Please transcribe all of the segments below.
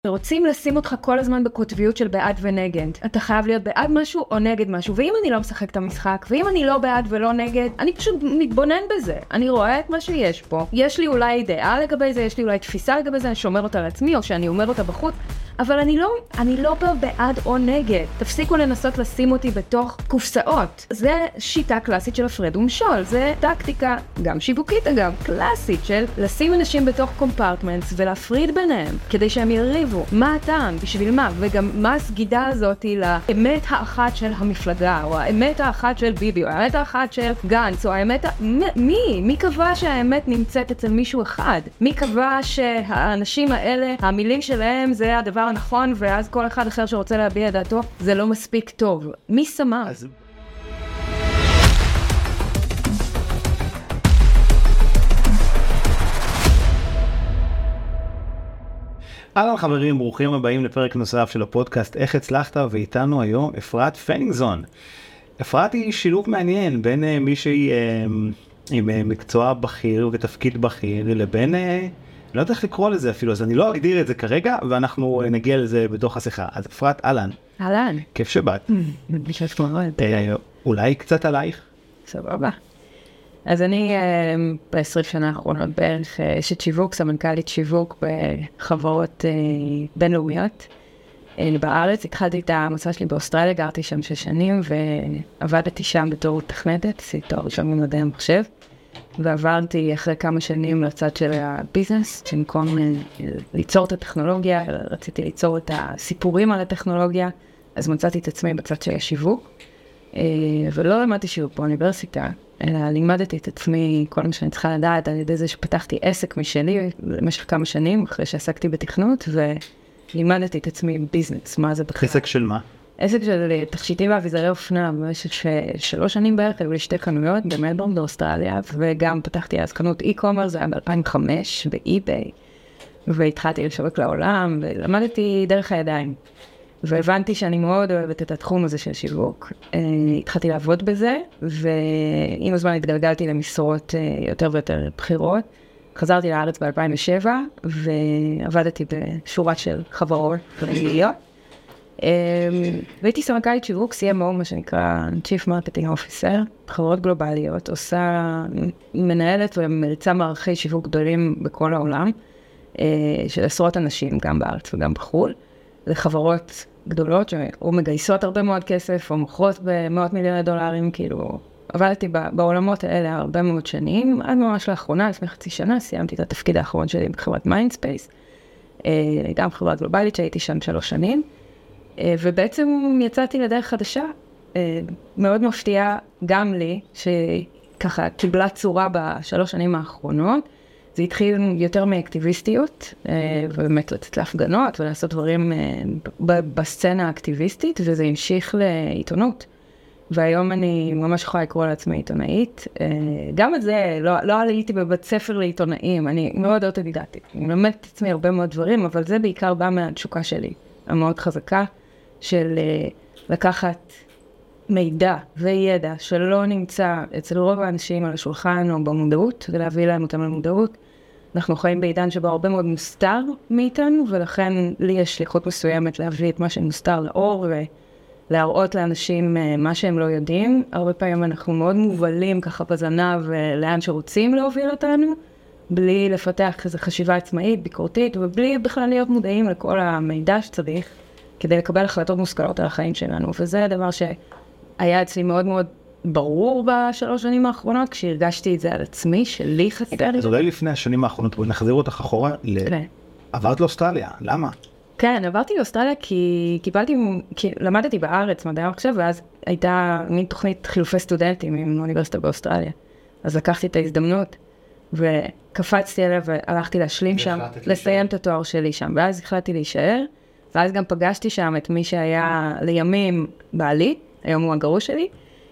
רוצים לשים אותך כל הזמן בקוטביות של בעד ונגד. אתה חייב להיות בעד משהו או נגד משהו. ואם אני לא משחק את המשחק, ואם אני לא בעד ולא נגד, אני פשוט מתבונן בזה. אני רואה את מה שיש פה. יש לי אולי דעה לגבי זה, יש לי אולי תפיסה לגבי זה, אני שומר אותה לעצמי או שאני אומר אותה בחוץ. אבל אני לא בעד או נגד. תפסיקו לנסות לשים אותי בתוך קופסאות. זה שיטה קלאסית של הפרד ומשול. זה טקטיקה, גם שיווקית אגב, קלאסית של לשים אנשים בתוך קומפרטמנטס ולהפריד ביניהם, כדי שהם יריבו. מה הטעם? בשביל מה? וגם מה הסגידה הזאת לאמת האחת של המפלגה, או האמת האחת של ביבי, או האמת האחת של גנץ, או האמת... מי קבע שהאמת נמצאת אצל מישהו אחד? מי קבע שהאנשים האלה, המילים שלהם זה הדבר הנכון, ואז כל אחד אחר שרוצה להביע את דעתו, זה לא מספיק טוב. מי שמה? אהלן חברים, ברוכים הבאים לפרק נוסף של הפודקאסט איך הצלחת, ואיתנו היום אפרת פניגזון. אפרת היא שילוב מעניין בין מישהי עם מקצוע בכיר ותפקיד בכיר לבין, לא יודע איך לקרוא לזה אפילו, אז אני לא אגדיר את זה כרגע ואנחנו נגיע לזה בתוך השיחה. אז אפרת, אהלן. אהלן. כיף שבאת. בשביל מאוד. אולי קצת עלייך? סבבה. אז אני ב-20 שנה האחרונות בערך אשת שיווק, סמנכ"לית שיווק בחברות בינלאומיות בארץ. התחלתי את המוצא שלי באוסטרליה, גרתי שם 6 שנים ועבדתי שם בתור תכנתת, עשיתי תואר ראשון במדעי המחשב, ועברתי אחרי כמה שנים לצד של הביזנס, במקום ליצור את הטכנולוגיה, רציתי ליצור את הסיפורים על הטכנולוגיה, אז מצאתי את עצמי בצד של השיווק, ולא למדתי שיווק באוניברסיטה, אלא לימדתי את עצמי כל מה שאני צריכה לדעת על ידי זה שפתחתי עסק משלי במשך כמה שנים, אחרי שעסקתי בתכנות, ולימדתי את עצמי ביזנס, מה זה בכלל. עסק של מה? עסק של תכשיטים ואביזרי אופנה, במשך 3 שנים בערך, היו לי 2 חנויות במלבורן באוסטרליה, וגם פתחתי אז חנות e-commerce, זה היה ב-2005 באי-ביי, והתחלתי לשווק לעולם, ולמדתי דרך הידיים. והבנתי שאני מאוד אוהבת את התחום הזה של שיווק. התחלתי לעבוד בזה, ועם הזמן התגלגלתי למשרות יותר ויותר בחירות. חזרתי לארץ ב-2007, ועבדתי בשורה של חברות רגילות. והייתי סמנכ"לית שיווק, CMO, מה שנקרא Chief Marketing Officer, חברות גלובליות, מנהלת ומריצה מערכי שיווק גדולים בכל העולם, של עשרות אנשים, גם בארץ וגם בחו"ל. לחברות גדולות שאו מגייסות הרבה מאוד כסף, או מוכרות במאות מיליוני דולרים, כאילו, עבדתי בעולמות האלה הרבה מאוד שנים, עד ממש לאחרונה, לפני חצי שנה, סיימתי את התפקיד האחרון שלי בחברת מיינדספייס, גם חברה גלובלית שהייתי שם 3 שנים, ובעצם יצאתי לדרך חדשה, מאוד מפתיעה גם לי, שככה קיבלה צורה ב3 שנים האחרונות, זה התחיל יותר מאקטיביסטיות, ובאמת לצאת להפגנות ולעשות דברים בסצנה האקטיביסטית, וזה המשיך לעיתונות. והיום אני ממש יכולה לקרוא לעצמי עיתונאית. גם את זה, לא הייתי בבית ספר לעיתונאים, אני מאוד אוטודידקטית. אני מלמדת את עצמי הרבה מאוד דברים, אבל זה בעיקר בא מהתשוקה שלי, המאוד חזקה, של לקחת מידע וידע שלא נמצא אצל רוב האנשים על השולחן או במודעות, ולהביא להם אותם למודעות. אנחנו חיים בעידן שבו הרבה מאוד מוסתר מאיתנו, ולכן לי יש שליחות מסוימת להביא את מה שמוסתר לאור, ולהראות לאנשים מה שהם לא יודעים. הרבה פעמים אנחנו מאוד מובלים ככה בזנב לאן שרוצים להוביל אותנו, בלי לפתח איזו חשיבה עצמאית, ביקורתית, ובלי בכלל להיות מודעים לכל המידע שצריך, כדי לקבל החלטות מושכלות על החיים שלנו. וזה הדבר היה אצלי מאוד מאוד ברור ב3 שנים האחרונות, כשהרגשתי את זה על עצמי, שלי חסר. אז אולי לפני השנים האחרונות, בואי נחזיר אותך אחורה, עברת לאוסטרליה, למה? כן, עברתי לאוסטרליה כי למדתי בארץ מדעי המחשב, ואז הייתה מין תוכנית חילופי סטודנטים עם אוניברסיטה באוסטרליה. אז לקחתי את ההזדמנות, וקפצתי עליה והלכתי להשלים שם, לסיים את התואר שלי שם, ואז החלטתי להישאר, ואז גם פגשתי שם את מי שהיה לימים בעלי, היום הוא הגרוש שלי,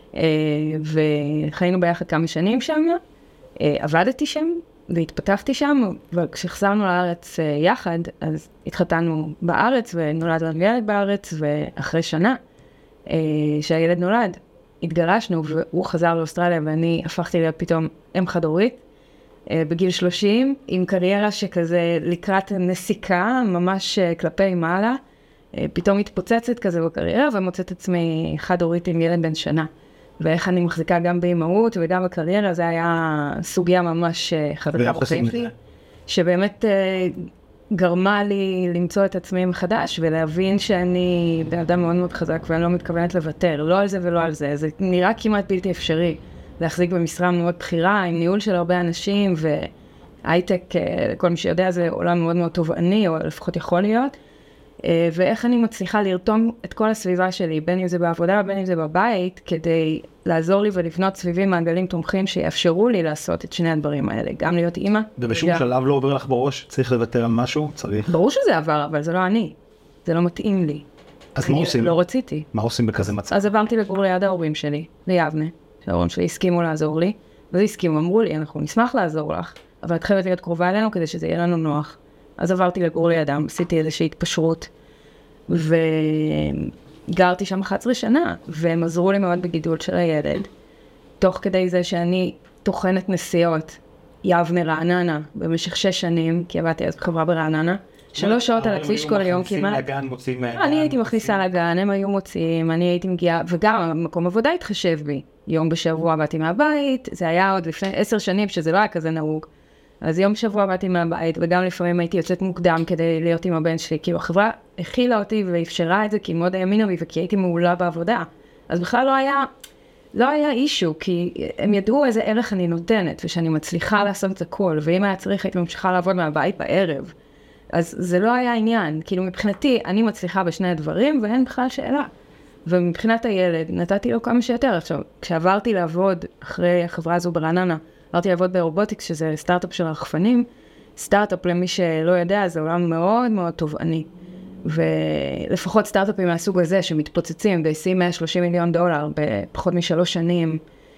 וחיינו ביחד כמה שנים שם, עבדתי שם והתפתחתי שם, וכשחזרנו לארץ יחד, אז התחתנו בארץ ונולד לנו ילד בארץ, ואחרי שנה שהילד נולד, התגרשנו והוא חזר לאוסטרליה ואני הפכתי להיות פתאום אם חד-הורית, בגיל 30, עם קריירה שכזה לקראת נסיקה, ממש כלפי מעלה, פתאום מתפוצצת כזה בקריירה, ומוצאת עצמי חד-הורית עם ילד בן שנה. ואיך אני מחזיקה גם באימהות וגם בקריירה, זה היה סוגיה ממש חזקה בחיים שלי, שבאמת גרמה לי למצוא את עצמי מחדש, ולהבין שאני באדם מאוד מאוד חזק, ואני לא מתכוונת לוותר, לא על זה ולא על זה. זה נראה כמעט בלתי אפשרי להחזיק במשרה מאוד בחירה, עם ניהול של הרבה אנשים, והייטק, כל מי שיודע, זה עולם מאוד מאוד תובעני, או לפחות יכול להיות. ואיך אני מצליחה לרתום את כל הסביבה שלי, בין אם זה בעבודה, בין אם זה בבית, כדי לעזור לי ולבנות סביבי מעגלים תומכים שיאפשרו לי לעשות את שני הדברים האלה, גם להיות אימא. ובשום שלב לא עובר לך בראש, צריך לוותר על משהו, צריך. ברור שזה עבר, אבל זה לא אני. זה לא מתאים לי. אז מה עושים? לא רציתי. מה עושים בכזה מצב? אז עברתי לגור ליד ההורים שלי, ליבנה. שההורים שלי הסכימו לעזור לי, וזה הסכימו, אמרו לי, אנחנו נשמח לעזור לך, אבל את חייבת להיות קרובה אלינו כדי שזה יהיה לנו נוח. אז עברתי לגור לידם, עשיתי איזושהי התפשרות, וגרתי שם 11 שנה, והם עזרו לי מאוד בגידול של הילד, תוך כדי זה שאני תוכנת נסיעות, יבנה רעננה, במשך 6 שנים, כי עבדתי אז בחברה ברעננה, 3 שעות על הכביש כל יום כמעט. אני הייתי מכניסה לגן, הם היו מוציאים, אני הייתי מגיעה, וגם מקום עבודה התחשב בי. יום בשבוע באתי מהבית, זה היה עוד לפני 10 שנים שזה לא היה כזה נהוג. אז יום בשבוע באתי מהבית, וגם לפעמים הייתי יוצאת מוקדם כדי להיות עם הבן שלי, כאילו החברה הכילה אותי ואפשרה את זה, כי מאוד האמינו בי וכי הייתי מעולה בעבודה. אז בכלל לא היה אישו, כי הם ידעו איזה ערך אני נותנת, ושאני מצליחה לעשות את הכל, ואם היה צריך הייתי ממשיכה לעבוד מהבית בערב. אז זה לא היה עניין, כאילו מבחינתי אני מצליחה בשני הדברים, ואין בכלל שאלה. ומבחינת הילד נתתי לו כמה שיותר. עכשיו, כשעברתי לעבוד אחרי החברה הזו ברעננה, עברתי לעבוד ברובוטיקס, שזה סטארט-אפ של הרחפנים. סטארט-אפ, למי שלא יודע, זה עולם מאוד מאוד תובעני. ולפחות סטארט-אפים מהסוג הזה, שמתפוצצים, גייסים $130 מיליון בפחות מ3 שנים,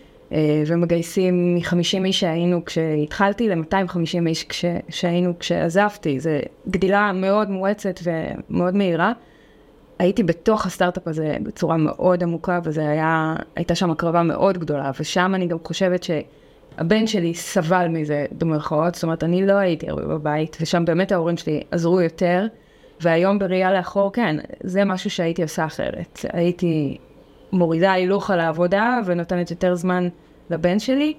ומגייסים מ50 איש שהיינו כשהתחלתי, ל250 איש שהיינו כשעזבתי. זה גדילה מאוד מואצת ומאוד מהירה. הייתי בתוך הסטארט-אפ הזה בצורה מאוד עמוקה, הייתה שם הקרבה מאוד גדולה, ושם אני גם חושבת שהבן שלי סבל מזה במרכאות, זאת אומרת, אני לא הייתי הרבה בבית, ושם באמת ההורים שלי עזרו יותר, והיום בראייה לאחור, כן, זה משהו שהייתי עושה אחרת. הייתי מורידה הילוך על העבודה, ונותנת יותר זמן לבן שלי.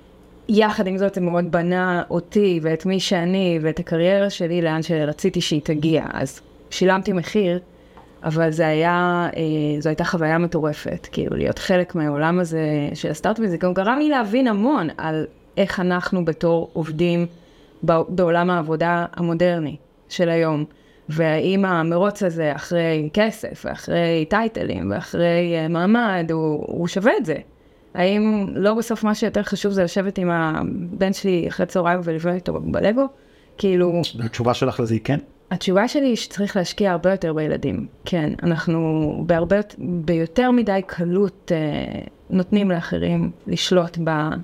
יחד עם זאת, זה מאוד בנה אותי, ואת מי שאני, ואת הקריירה שלי, לאן שרציתי שהיא תגיע. אז שילמתי מחיר, אבל זו הייתה חוויה מטורפת, כאילו להיות חלק מהעולם הזה של הסטארט-אפ, וזה גם גרם לי להבין המון על איך אנחנו בתור עובדים בעולם העבודה המודרני של היום, והאם המרוץ הזה אחרי כסף, ואחרי טייטלים, ואחרי מעמד, הוא שווה את זה. האם לא בסוף מה שיותר חשוב זה לשבת עם הבן שלי אחרי צהריים ולבוא איתו בלגו? כאילו... התשובה שלך לזה היא כן? התשובה שלי היא שצריך להשקיע הרבה יותר בילדים. כן, אנחנו ביותר מדי קלות נותנים לאחרים לשלוט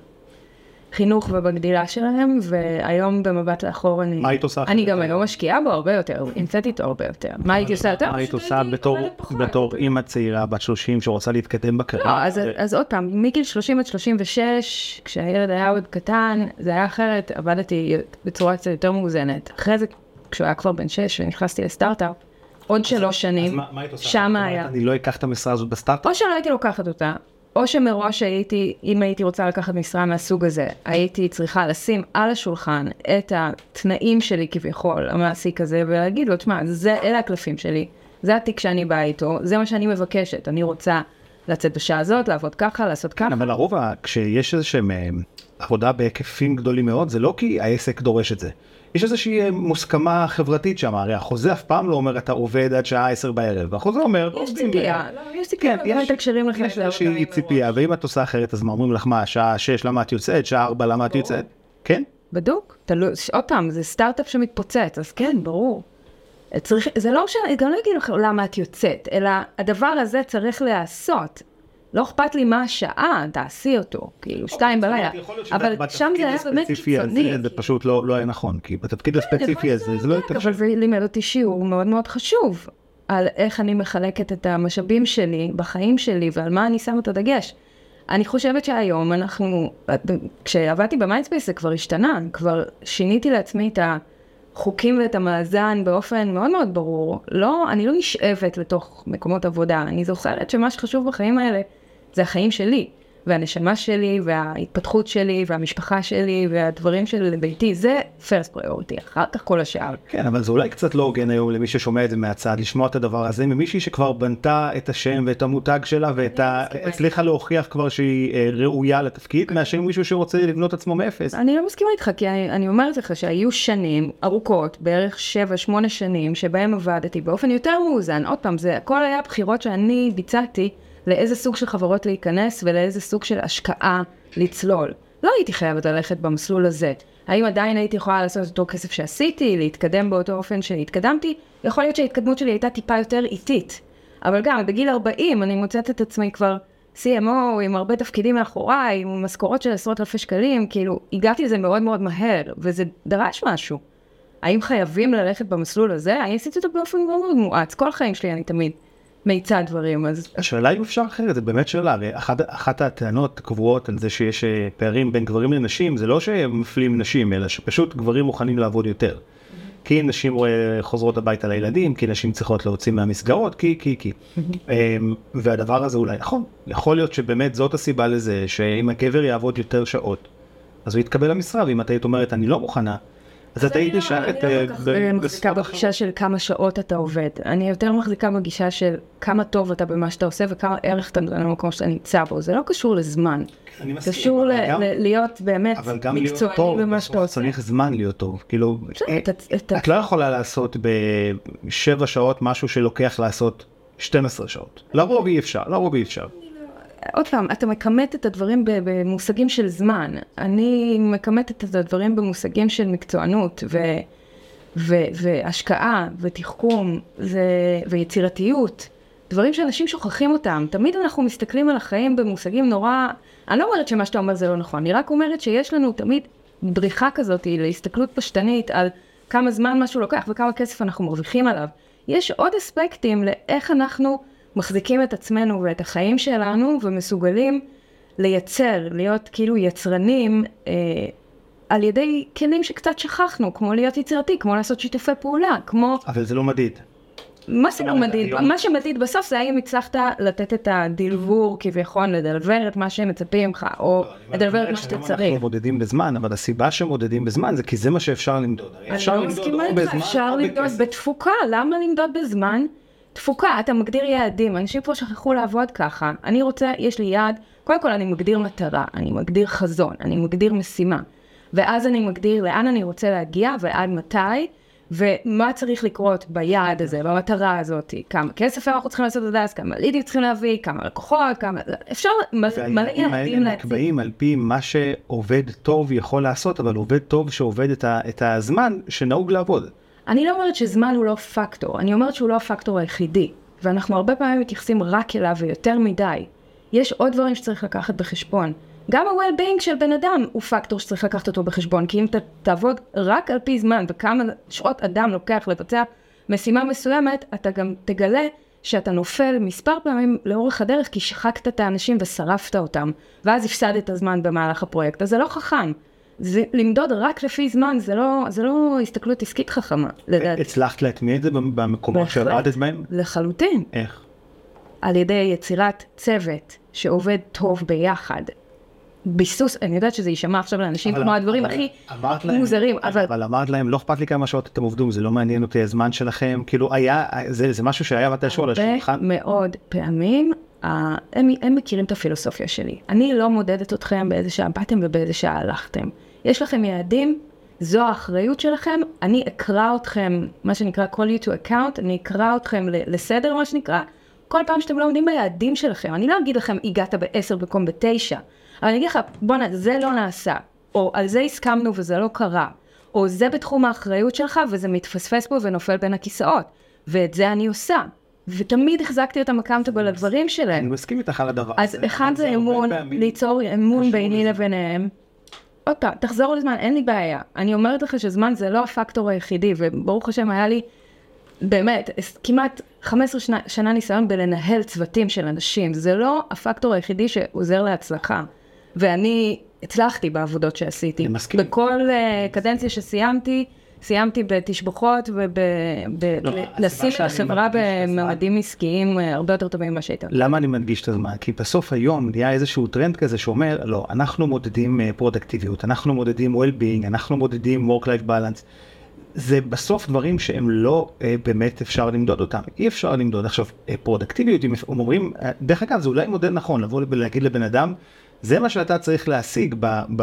בחינוך ובגדילה שלהם, והיום במבט לאחור אני גם היום משקיעה בו הרבה יותר, המצאתי איתו הרבה יותר. מה הייתי עושה יותר? מה היית עושה בתור אימא צעירה בת 30 שרוצה להתקדם בקריירה? אז עוד פעם, מגיל 30 עד 36, כשהילד היה עוד קטן, זה היה אחרת, עבדתי בצורה קצת יותר מאוזנת. אחרי זה, כשהוא היה כבר בן 6 ונכנסתי לסטארט-אפ, עוד 3 שנים, שם היה. אני לא אקח את המשרה הזאת בסטארט-אפ? או שלא הייתי לוקחת אותה, או שמראש אם הייתי רוצה לקחת משרה מהסוג הזה, הייתי צריכה לשים על השולחן את התנאים שלי כביכול, המעסיק הזה, ולהגיד לו, תשמע, אלה הקלפים שלי, זה התיק שאני באה איתו, זה מה שאני מבקשת, אני רוצה לצאת בשעה הזאת, לעבוד ככה, לעשות ככה. אבל הרוב, כשיש איזושהי עבודה בהיקפים גדולים מאוד, זה לא כי העסק דורש את זה. יש איזושהי מוסכמה חברתית שם, הרי החוזה אף פעם לא אומר אתה עובד עד שעה 10 בערב, והחוזה אומר... יש ציפייה, יש תקשרים לך יש איזושהי ציפייה, ואם את עושה אחרת, אז מה אומרים לך מה, שעה 6 למה את יוצאת, שעה 4 למה את יוצאת? כן? בדוק, עוד פעם, זה סטארט-אפ שמתפוצץ, אז כן, ברור. זה לא משנה, גם לא יגיד לך למה את יוצאת, אלא הדבר הזה צריך לעשות. לא אכפת לי מה השעה, תעשי אותו, כאילו 2 בלילה, אבל שם זה היה באמת קיצוני. זה פשוט לא היה נכון, כי בתפקיד הספציפי הזה זה לא יותר... אבל זה לימד אותי שיעור מאוד מאוד חשוב, על איך אני מחלקת את המשאבים שלי, בחיים שלי, ועל מה אני שם את הדגש. אני חושבת שהיום כשעבדתי במיינדספייס זה כבר השתנה, כבר שיניתי לעצמי את החוקים ואת המאזן באופן מאוד מאוד ברור. אני לא נשאבת לתוך מקומות עבודה, אני זוכרת שמה שחשוב בחיים האלה זה החיים שלי. והנשמה שלי, וההתפתחות שלי, והמשפחה שלי, והדברים של ביתי, זה first priority, אחר כך כל השאר. כן, אבל זה אולי קצת לא הוגן היום למי ששומע את זה מהצד, לשמוע את הדבר הזה, ממישהי שכבר בנתה את השם ואת המותג שלה, הצליחה להוכיח כבר שהיא ראויה לתפקיד, מאשר מישהו שרוצה לבנות עצמו מאפס. אני לא מסכימה איתך, כי אני אומרת לך שהיו שנים ארוכות, בערך 7-8 שנים, שבהם עבדתי באופן יותר מאוזן. עוד פעם, זה הכל היה בחירות שאני ביצעתי, לאיזה סוג של חברות להיכנס ולאיזה סוג של השקעה לצלול. לא הייתי חייבת ללכת במסלול הזה. האם עדיין הייתי יכולה לעשות אותו כסף שעשיתי, להתקדם באותו אופן שהתקדמתי? יכול להיות שההתקדמות שלי הייתה טיפה יותר איטית. אבל גם בגיל 40 אני מוצאת את עצמי כבר CMO עם הרבה תפקידים מאחוריי, עם משכורות של עשרות אלפי שקלים, כאילו הגעתי לזה מאוד מאוד מהר, וזה דרש משהו. האם חייבים ללכת במסלול הזה? אני עשיתי אותו באופן מאוד מאוד מואץ. כל החיים שלי אני תמיד מיצה דברים, אז... השאלה היא אפשר אחרת, זה באמת שאלה, הרי אחת הטענות קבועות על זה שיש פערים בין גברים לנשים, זה לא שהם מפלים נשים, אלא שפשוט גברים מוכנים לעבוד יותר. כי נשים חוזרות הביתה לילדים, כי נשים צריכות להוציא מהמסגרות, כי. והדבר הזה אולי נכון, יכול להיות שבאמת זאת הסיבה לזה, שאם הגבר יעבוד יותר שעות, אז הוא יתקבל למשרה, ואם את היית אומרת, אני לא מוכנה, אז אתה היית שעת... אני לא כל כך מחזיקה בגישה של כמה שעות אתה עובד. אני יותר מחזיקה בגישה של כמה טוב אתה במה שאתה עושה, וכמה ערך אתה נותן למקום שאתה נמצא בו. זה לא קשור לזמן. קשור להיות באמת מקצועני במה שאתה עושה. צריך זמן להיות טוב. כאילו, את לא יכולה לעשות ב7 שעות משהו שלוקח לעשות 12 שעות. לרוב אי אפשר. עוד פעם, אתה מקמת את הדברים במושגים של זמן. אני מקמתת את הדברים במושגים של מקצוענות והשקעה ותחכום ויצירתיות. דברים שאנשים שוכחים אותם. תמיד אנחנו מסתכלים על החיים במושגים נורא... אני לא אומרת שמה שאתה אומר זה לא נכון. אני רק אומרת שיש לנו תמיד דריכה כזאת להסתכלות פשטנית על כמה זמן משהו לוקח וכמה כסף אנחנו מרוויחים עליו. יש עוד אספקטים לאיך אנחנו... מחזיקים את עצמנו ואת החיים שלנו ומסוגלים לייצר, להיות כאילו יצרנים על ידי כלים שקצת שכחנו, כמו להיות יצירתי, כמו לעשות שיתופי פעולה, כמו... אבל זה לא מדיד. מה זה לא מדיד? מה שמדיד בסוף זה האם הצלחת לתת את הדלבור כביכול, לדלבר את מה שהם מצפים לך, או לדלבר את מה שאתה צריך. אנחנו מודדים בזמן, אבל הסיבה שמודדים בזמן זה כי זה מה שאפשר למדוד. אפשר למדוד בתפוקה, למה למדוד בזמן? תפוקה, אתה מגדיר יעדים, אנשים פה שכחו לעבוד ככה, אני רוצה, יש לי יעד, קודם כל אני מגדיר מטרה, אני מגדיר חזון, אני מגדיר משימה, ואז אני מגדיר לאן אני רוצה להגיע ועד מתי, ומה צריך לקרות ביעד הזה, במטרה הזאת, כמה כסף אנחנו צריכים לעשות את זה, כמה לידים צריכים להביא, כמה לקוחות, כמה... אפשר מלא יעדים להציג. נקבעים על פי מה שעובד טוב יכול לעשות, אבל עובד טוב שעובד את הזמן שנהוג לעבוד. אני לא אומרת שזמן הוא לא פקטור, אני אומרת שהוא לא הפקטור היחידי, ואנחנו הרבה פעמים מתייחסים רק אליו ויותר מדי. יש עוד דברים שצריך לקחת בחשבון. גם ה-well-being של בן אדם הוא פקטור שצריך לקחת אותו בחשבון, כי אם אתה תעבוד רק על פי זמן וכמה שעות אדם לוקח לבצע משימה מסוימת, אתה גם תגלה שאתה נופל מספר פעמים לאורך הדרך, כי שחקת את האנשים ושרפת אותם, ואז הפסדת הזמן במהלך הפרויקט, אז זה לא חכם. זה למדוד רק לפי זמן, זה לא הסתכלות עסקית חכמה, לדעתי. הצלחת להטמיע את זה במקומות שעבדת בהם? לחלוטין. איך? על ידי יצירת צוות שעובד טוב ביחד. ביסוס, אני יודעת שזה יישמע עכשיו לאנשים כמו הדברים הכי מוזרים, אבל אמרת להם, לא אכפת לי כמה שעות אתם עובדו, זה לא מעניין אותי הזמן שלכם, כאילו היה, זה משהו שהיה בתשוע לשולחן. הרבה מאוד פעמים, הם מכירים את הפילוסופיה שלי. אני לא מודדת אתכם באיזה שעה באתם ובאיזה שעה הלכתם. יש לכם יעדים, זו האחריות שלכם, אני אקרא אתכם, מה שנקרא call you to account, אני אקרא אתכם לסדר, מה שנקרא, כל פעם שאתם לא עומדים ביעדים שלכם, אני לא אגיד לכם, הגעת ב10 במקום ב9, אבל אני אגיד לך, בוא'נה, זה לא נעשה, או על זה הסכמנו וזה לא קרה, או זה בתחום האחריות שלך וזה מתפספס פה ונופל בין הכיסאות, ואת זה אני עושה. ותמיד החזקתי אותם accountable לדברים שלהם. אני מסכים איתך על הדבר. אז אחד זה אמון, ליצור אמון ביני לביניהם. עוד פעם, תחזור לזמן, אין לי בעיה. אני אומרת לך שזמן זה לא הפקטור היחידי, וברוך השם היה לי באמת, כמעט 15 שנה ניסיון בלנהל צוותים של אנשים, זה לא הפקטור היחידי שעוזר להצלחה. ואני הצלחתי בעבודות שעשיתי. אני מסכים. בכל קדנציה שסיימתי, סיימתי בתשבחות ולשים את החברה בממדים עסקיים הרבה יותר טובים ממה שהייתה. למה אני מדגיש את הזמן? כי בסוף היום נהיה איזשהו טרנד כזה שאומר, לא, אנחנו מודדים פרודקטיביות, אנחנו מודדים well-being, אנחנו מודדים work-life balance. זה בסוף דברים שהם לא באמת אפשר למדוד אותם. אי אפשר למדוד. עכשיו, פרודקטיביות, אם אומרים, דרך אגב, זה אולי מודד נכון, לבוא ולהגיד לבן אדם, זה מה שאתה צריך להשיג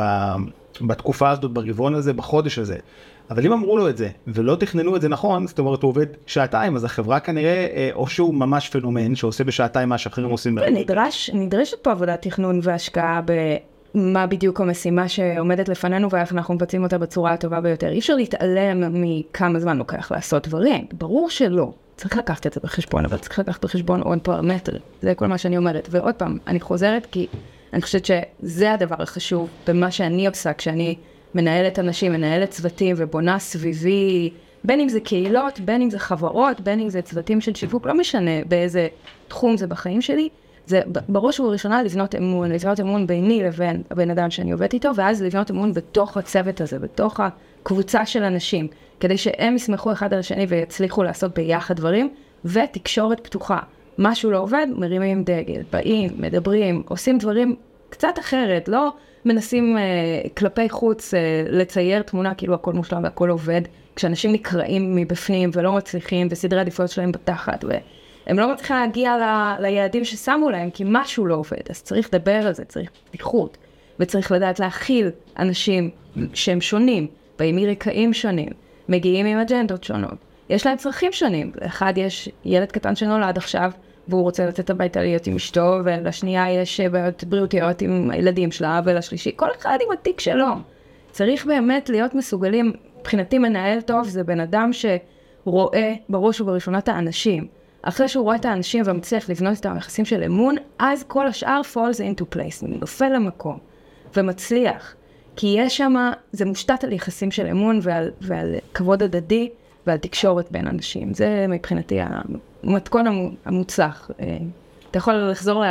בתקופה הזאת, ברבעון הזה, בחודש הזה. אבל אם אמרו לו את זה, ולא תכננו את זה נכון, זאת אומרת, הוא עובד שעתיים, אז החברה כנראה, או שהוא ממש פנומן, שעושה בשעתיים מה שאחרים עושים. נדרשת פה עבודת תכנון והשקעה במה בדיוק המשימה שעומדת לפנינו, ואיך אנחנו מבצעים אותה בצורה הטובה ביותר. אי אפשר להתעלם מכמה זמן לוקח לעשות דברים. ברור שלא. צריך לקחת את זה בחשבון, אבל צריך לקחת בחשבון עוד פרמטר. זה כל מה שאני אומרת. ועוד פעם, אני חוזרת כי אני חושבת שזה הדבר החשוב במה שאני עושה, כשאני מנהלת אנשים, מנהלת צוותים ובונה סביבי, בין אם זה קהילות, בין אם זה חברות, בין אם זה צוותים של שיווק, לא משנה באיזה תחום זה בחיים שלי, זה בראש ובראשונה לבנות אמון ביני לבין הבן אדם שאני עובד איתו, ואז לבנות אמון בתוך הצוות הזה, בתוך הקבוצה של אנשים, כדי שהם יסמכו אחד על השני ויצליחו לעשות ביחד דברים, ותקשורת פתוחה. משהו לא עובד, מרימים דגל, באים, מדברים, עושים דברים קצת אחרת, לא מנסים כלפי חוץ לצייר תמונה כאילו הכל מושלם והכל עובד, כשאנשים נקראים מבפנים ולא מצליחים, וסדרי עדיפויות שלהם בתחת, והם לא מצליחים להגיע ליעדים ששמו להם, כי משהו לא עובד, אז צריך לדבר על זה, צריך פתיחות, וצריך לדעת להכיל אנשים שהם שונים, באים מרקעים שונים, מגיעים עם אג'נדות שונות, יש להם צרכים שונים, אחד יש ילד קטן שנולד עכשיו, והוא רוצה לצאת הביתה להיות עם אשתו, ולשנייה יש בעיות בריאותיות עם הילדים שלה, ולשלישי, כל אחד עם התיק שלו. צריך באמת להיות מסוגלים, מבחינתי מנהל טוב, זה בן אדם שרואה בראש ובראשונה את האנשים. אחרי שהוא רואה את האנשים ומצליח לבנות את היחסים של אמון, אז כל השאר falls into place, נופל למקום, ומצליח. כי יש שם, זה מושתת על יחסים של אמון ועל כבוד הדדי, ועל תקשורת בין אנשים. זה מבחינתי המתכון המוצלח. אתה יכול לחזור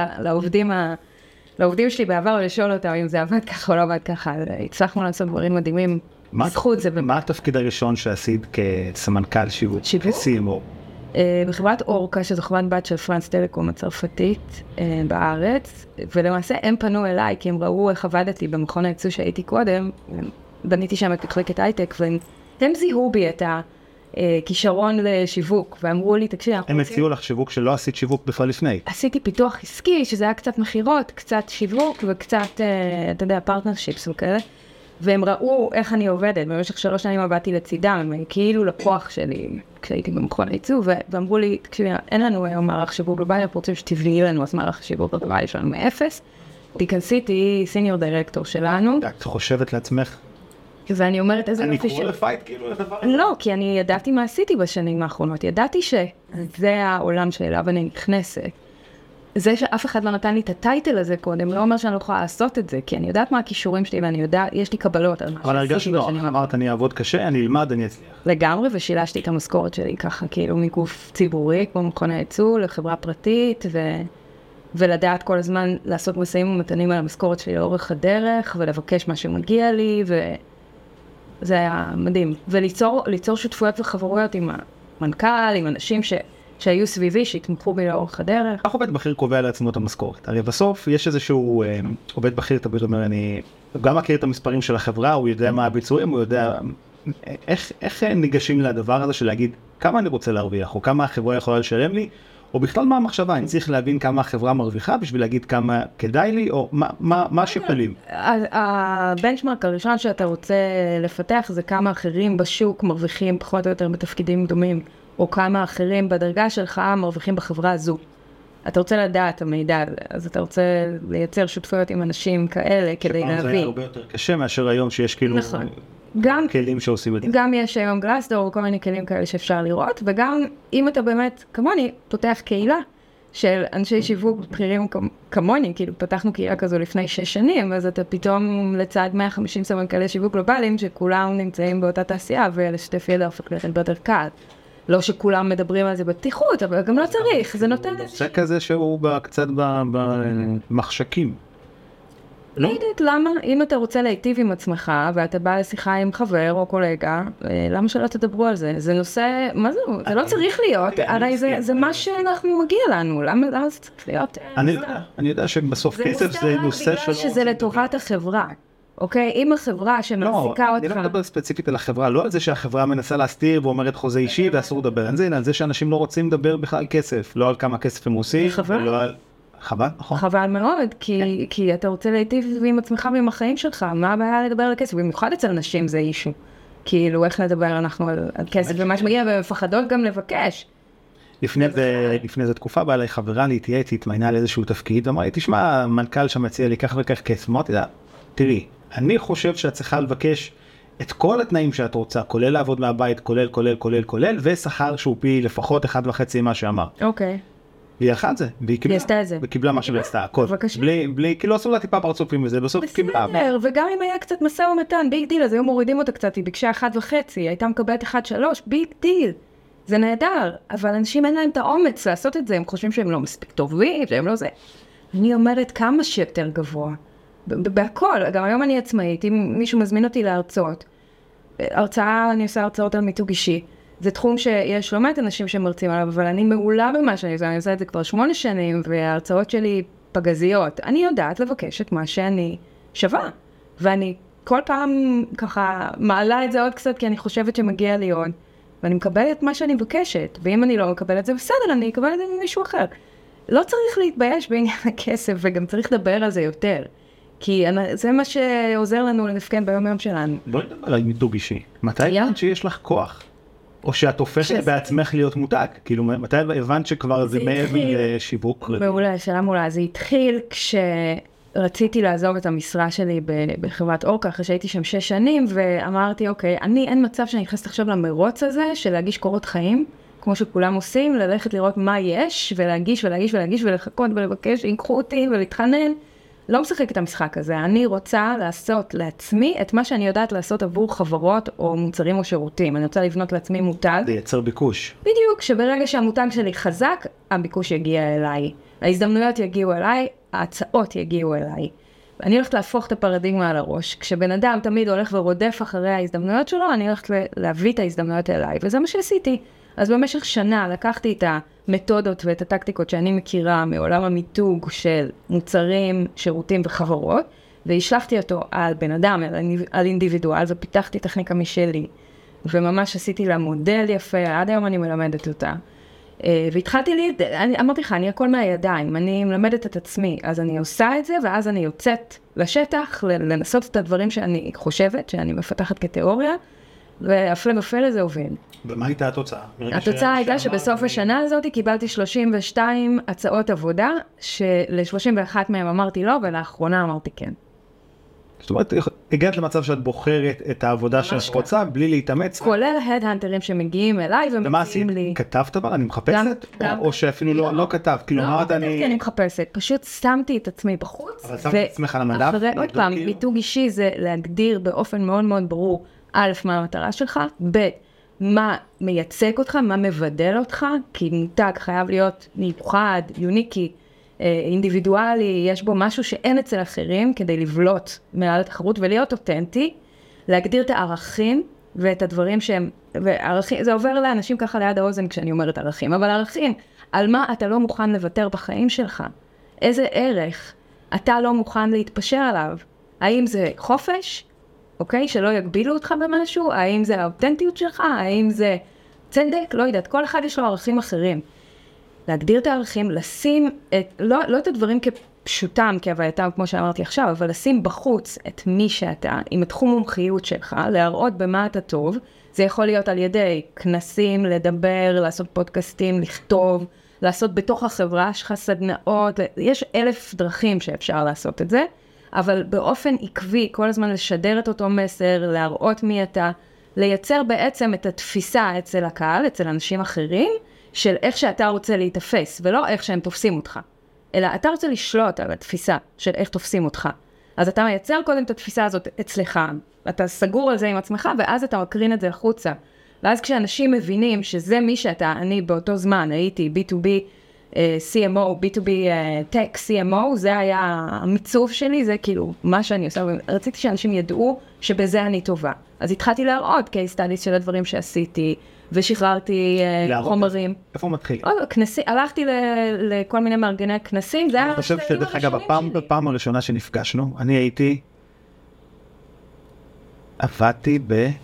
לעובדים שלי בעבר ולשאול אותם אם זה עבד ככה או לא עבד ככה. הצלחנו לעשות דברים מדהימים. זכות זה... מה התפקיד הראשון שעשית כסמנכ"ל שיווק? CMO? בחברת אורקה, שזו חברת בת של פרנס טלקום הצרפתית בארץ, ולמעשה הם פנו אליי, כי הם ראו איך עבדתי במכון הייצוא שהייתי קודם, בניתי שם את מחלקת הייטק, והם זיהו בי את כישרון לשיווק, ואמרו לי, תקשיב, הם הציעו לך שיווק שלא עשית שיווק בכלל לפני. עשיתי פיתוח עסקי, שזה היה קצת מחירות, קצת שיווק, וקצת, אתה יודע, פרטנרשיפס וכאלה, והם ראו איך אני עובדת, במשך 3 שנים עבדתי לצידם, הם כאילו לקוח שלי, כשהייתי במכון הייצוא, ואמרו לי, תקשיבי, אין לנו היום מערך שיווק גלובלי, אנחנו רוצים שתביא לנו, אז מערך שיווק גלובלי שלנו מאפס, תיכנסי, תהיי סיניור דירקטור שלנו. את חושבת לעצמך? ואני אומרת איזה... אני קורא לפייט כאילו לדבר הזה. לא, כי אני ידעתי מה עשיתי בשנים האחרונות. ידעתי שזה העולם שאליו אני נכנסת. זה שאף אחד לא נתן לי את הטייטל הזה קודם, לא אומר שאני לא יכולה לעשות את זה, כי אני יודעת מה הכישורים שלי, ואני יודעת, יש לי קבלות על מה אבל הרגשתי לא, אמרת, אני אעבוד קשה, אני אלמד, אני אצליח. לגמרי, ושילשתי את המשכורת שלי ככה, כאילו מגוף ציבורי, כמו מכון הייצוא, לחברה פרטית, ולדעת כל הזמן לעשות משאים ומתנים על המשכורת שלי לאורך הדרך, ולבקש מה שמגיע לי, זה היה מדהים. וליצור שותפויות וחברויות עם המנכ"ל, עם אנשים שהיו סביבי, שהתמכו בי לאורך הדרך. איך עובד בכיר קובע לעצמו את המשכורת? הרי בסוף יש איזשהו עובד בכיר, תמיד אומר, אני גם מכיר את המספרים של החברה, הוא יודע מה הביצועים, הוא יודע איך ניגשים לדבר הזה של להגיד כמה אני רוצה להרוויח, או כמה החברה יכולה לשלם לי, או בכלל מה המחשבה, אני צריך להבין כמה החברה מרוויחה בשביל להגיד כמה כדאי לי, או מה השיקולים. הבנצ'מרק הראשון שאתה רוצה לפתח זה כמה אחרים בשוק מרוויחים פחות או יותר בתפקידים דומים, או כמה אחרים בדרגה שלך מרוויחים בחברה הזו. אתה רוצה לדעת המידע, אז אתה רוצה לייצר שותפויות עם אנשים כאלה כדי להבין. שפעם זה היה הרבה יותר קשה מאשר היום שיש כאילו כלים שעושים את זה. גם יש היום גלאסדור או כל מיני כלים כאלה שאפשר לראות, וגם אם אתה באמת, כמוני, פותח קהילה של אנשי שיווק בכירים כמוני, כאילו פתחנו קהילה כזו לפני 6 שנים, אז אתה פתאום לצד 150 סמנכ"לי שיווק גלובליים, שכולם נמצאים באותה תעשייה, ולשתף ידע הופך להיות הרבה יותר קל. לא שכולם מדברים על זה בפתיחות, אבל גם לא צריך, זה נותן... זה כזה שהוא קצת במחשקים. לא יודעת למה, אם אתה רוצה להיטיב עם עצמך, ואתה בא לשיחה עם חבר או קולגה, למה שלא תדברו על זה? זה נושא, מה זה? זה לא צריך להיות, הרי זה מה שאנחנו מגיע לנו, למה זה צריך להיות? אני יודע שבסוף כסף זה נושא שלא... שזה לטובת החברה, אוקיי? אם החברה שמחזיקה אותך... אני לא מדבר ספציפית על החברה, לא על זה שהחברה מנסה להסתיר ואומרת חוזה אישי ואסור לדבר על זה, אלא על זה שאנשים לא רוצים לדבר בכלל על כסף, לא על כמה כסף הם עושים, ולא על... חבל, נכון. חבל מאוד, כי אתה רוצה להיטיב עם עצמך ועם החיים שלך, מה הבעיה לדבר על כסף? במיוחד אצל נשים זה אישו. כאילו, איך לדבר אנחנו על כסף ומה שמגיע, ומפחדות גם לבקש. לפני זו תקופה באה אליי חברה להתייעץ, התמיינה על איזשהו תפקיד, ואמרה לי, תשמע, המנכ"ל שם מציע לי כך וכך כסף. אמרתי לה, תראי, אני חושב שאת צריכה לבקש את כל התנאים שאת רוצה, כולל לעבוד מהבית, כולל, ושכר שהוא פי לפחות 1.5 מה שאמר. אוקיי. והיא הלכה את זה, והיא קיבלה מה שהיא עשתה, הכל. בלי, כאילו עשו לה טיפה פרצופים וזה, בסוף קיבלה. בסדר, וגם אם היה קצת משא ומתן, ביג דיל, אז היו מורידים אותה קצת, היא ביקשה 1.5, הייתה מקבלת 1.3, ביג דיל. זה נהדר, אבל אנשים אין להם את האומץ לעשות את זה, הם חושבים שהם לא מספיק טובים, שהם לא זה. אני אומרת כמה שיותר גבוה, בהכל, גם היום אני עצמאית, אם מישהו מזמין אותי להרצאות, אני עושה הרצאות על מיתוג אישי, זה תחום שיש לא מעט אנשים שמרצים עליו, אבל אני מעולה במה שאני עושה, אני עושה את זה כבר 8 שנים, וההרצאות שלי פגזיות. אני יודעת לבקש את מה שאני שווה, ואני כל פעם ככה מעלה את זה עוד קצת, כי אני חושבת שמגיע לי עוד, ואני מקבלת מה שאני מבקשת, ואם אני לא מקבלת זה בסדר, אני אקבל את זה ממישהו אחר. לא צריך להתבייש בעניין הכסף, וגם צריך לדבר על זה יותר, כי זה מה שעוזר לנו לנפקן ביום יום שלנו. בואי נדבר על מיתוג אישי. מתי הבנת שיש לך כוח? או שאת הופכת בעצמך להיות מותג? כאילו, מתי הבנת שכבר זה מעבר לשיווק? מעולה, שאלה מעולה. זה התחיל כשרציתי לעזוב את המשרה שלי בחברת אורקה, אחרי שהייתי שם 6 שנים, ואמרתי, אוקיי, אין מצב שאני נכנסת עכשיו למרוץ הזה, של להגיש קורות חיים, כמו שכולם עושים, ללכת לראות מה יש, ולהגיש ולחכות ולבקש, שיקחו אותי ולהתחנן. לא משחק את המשחק הזה, אני רוצה לעשות לעצמי את מה שאני יודעת לעשות עבור חברות או מוצרים או שירותים. אני רוצה לבנות לעצמי מותג. לייצר ביקוש. בדיוק, שברגע שהמותג שלי חזק, הביקוש יגיע אליי. ההזדמנויות יגיעו אליי, ההצעות יגיעו אליי. אני הולכת להפוך את הפרדיגמה על הראש. כשבן אדם תמיד הולך ורודף אחרי ההזדמנויות שלו, אני הולכת להביא את ההזדמנויות אליי, וזה מה שעשיתי. אז במשך שנה לקחתי את המתודות ואת הטקטיקות שאני מכירה מעולם המיתוג של מוצרים, שירותים וחברות, והשלחתי אותו על בן אדם, על אינדיבידואל, ופיתחתי טכניקה משלי, וממש עשיתי לה מודל יפה, עד היום אני מלמדת אותה. והתחלתי אמרתי לך, אני הכל מהידיים, אני מלמדת את עצמי, אז אני עושה את זה, ואז אני יוצאת לשטח, לנסות את הדברים שאני חושבת, שאני מפתחת כתיאוריה, והפלא ופלא זה עובד. ומה הייתה התוצאה? התוצאה הייתה שבסוף השנה הזאת קיבלתי 32 הצעות עבודה, של-31 מהם אמרתי לא, ולאחרונה אמרתי כן. זאת אומרת, הגעת למצב שאת בוחרת את העבודה שאת רוצה, בלי להתאמץ. כולל ההד-הנטרים שמגיעים אליי ומציעים לי. כתבת אבל? אני מחפשת? או שאפילו לא כתבת? כאילו, אמרת אני... לא, אני מחפשת. פשוט שמתי את עצמי בחוץ. אבל שמתי את עצמך על המדף? עוד פעם, מיתוג אישי זה להגדיר באופן מאוד מאוד ברור, א', מה המטרה שלך, ב', מה מייצג אותך, מה מבדל אותך, כי מותג חייב להיות מיוחד, יוניקי, אינדיבידואלי, יש בו משהו שאין אצל אחרים, כדי לבלוט מעל התחרות ולהיות אותנטי, להגדיר את הערכים ואת הדברים שהם, וערכים, זה עובר לאנשים ככה ליד האוזן כשאני אומרת ערכים, אבל ערכים, על מה אתה לא מוכן לוותר בחיים שלך? איזה ערך אתה לא מוכן להתפשר עליו? האם זה חופש? אוקיי? שלא יגבילו אותך במשהו? האם זה האותנטיות שלך? האם זה צדק? לא יודעת, כל אחד יש לו ערכים אחרים. להגדיר את הערכים, לשים לא את הדברים כפשוטם, כהווייתם, כמו שאמרתי עכשיו, אבל לשים בחוץ את מי שאתה, עם התחום מומחיות שלך, להראות במה אתה טוב. זה יכול להיות על ידי כנסים, לדבר, לעשות פודקאסטים, לכתוב, לעשות בתוך החברה שלך סדנאות, יש 1000 דרכים שאפשר לעשות את זה, אבל באופן עקבי, כל הזמן לשדר את אותו מסר, להראות מי אתה, לייצר בעצם את התפיסה אצל הקהל, אצל אנשים אחרים, של איך שאתה רוצה להתאפס, ולא איך שהם תופסים אותך. אלא אתה רוצה לשלוט על התפיסה של איך תופסים אותך. אז אתה מייצר קודם את התפיסה הזאת אצלך, אתה סגור על זה עם עצמך, ואז אתה מקרין את זה החוצה. ואז כשאנשים מבינים שזה מי שאתה, אני באותו זמן הייתי B2B CMO, B2B Tech CMO, זה היה המיצוב שלי, זה כאילו מה שאני עושה, רציתי שאנשים ידעו שבזה אני טובה. אז התחלתי להראות case studies של הדברים שעשיתי, ושחררתי חומרים. איפה מתחיל? הלכתי לכל מיני מארגני כנסים, זה היה... אני חושב שדרך אגב, בפעם הראשונה שנפגשנו, אני הייתי... עבדתי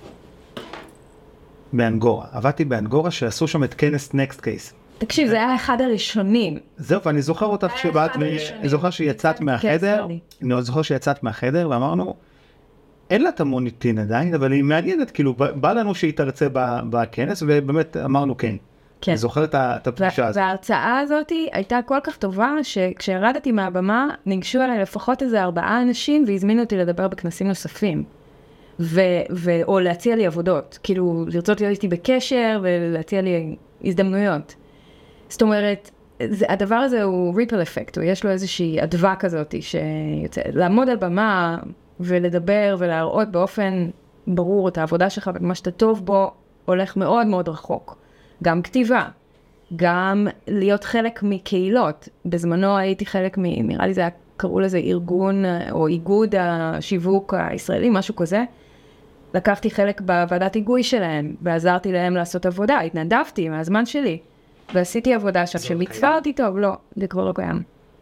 באנגורה שעשו שם את כנס Next Case. תקשיב, זה היה אחד הראשונים. זהו, ואני זוכר אותך שבאת, אני זוכר שיצאת מהחדר, אני זוכר שיצאת מהחדר ואמרנו, אין לה את המוניטין עדיין, אבל היא מעניינת, כאילו, בא לנו שהיא תרצה בכנס, ובאמת אמרנו כן. אני זוכר את הפגישה הזאת. וההרצאה הזאת הייתה כל כך טובה, שכשירדתי מהבמה, ניגשו אליי לפחות איזה 4 אנשים, והזמינו אותי לדבר בכנסים נוספים. או להציע לי עבודות, כאילו לרצות להיות איתי בקשר ולהציע לי הזדמנויות. זאת אומרת, הדבר הזה הוא ריפל אפקט, יש לו איזושהי אדווה כזאת שיוצא, לעמוד על במה ולדבר ולהראות באופן ברור את העבודה שלך ומה שאתה טוב בו, הולך מאוד מאוד רחוק. גם כתיבה, גם להיות חלק מקהילות. בזמנו הייתי חלק נראה לי זה היה, קראו לזה ארגון או איגוד השיווק הישראלי, משהו כזה. לקחתי חלק בוועדת היגוי שלהם, ועזרתי להם לעשות עבודה, התנדבתי מהזמן שלי, ועשיתי עבודה שם, שמצווה אותי טוב, לא, זה כבר לא קיים.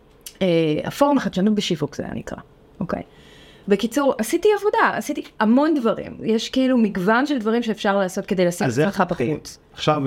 הפורום החדשנות בשיווק זה היה נקרא, אוקיי. בקיצור, עשיתי עבודה, עשיתי המון דברים, יש כאילו מגוון של דברים שאפשר לעשות כדי לשים את עצמך בחוץ. עכשיו,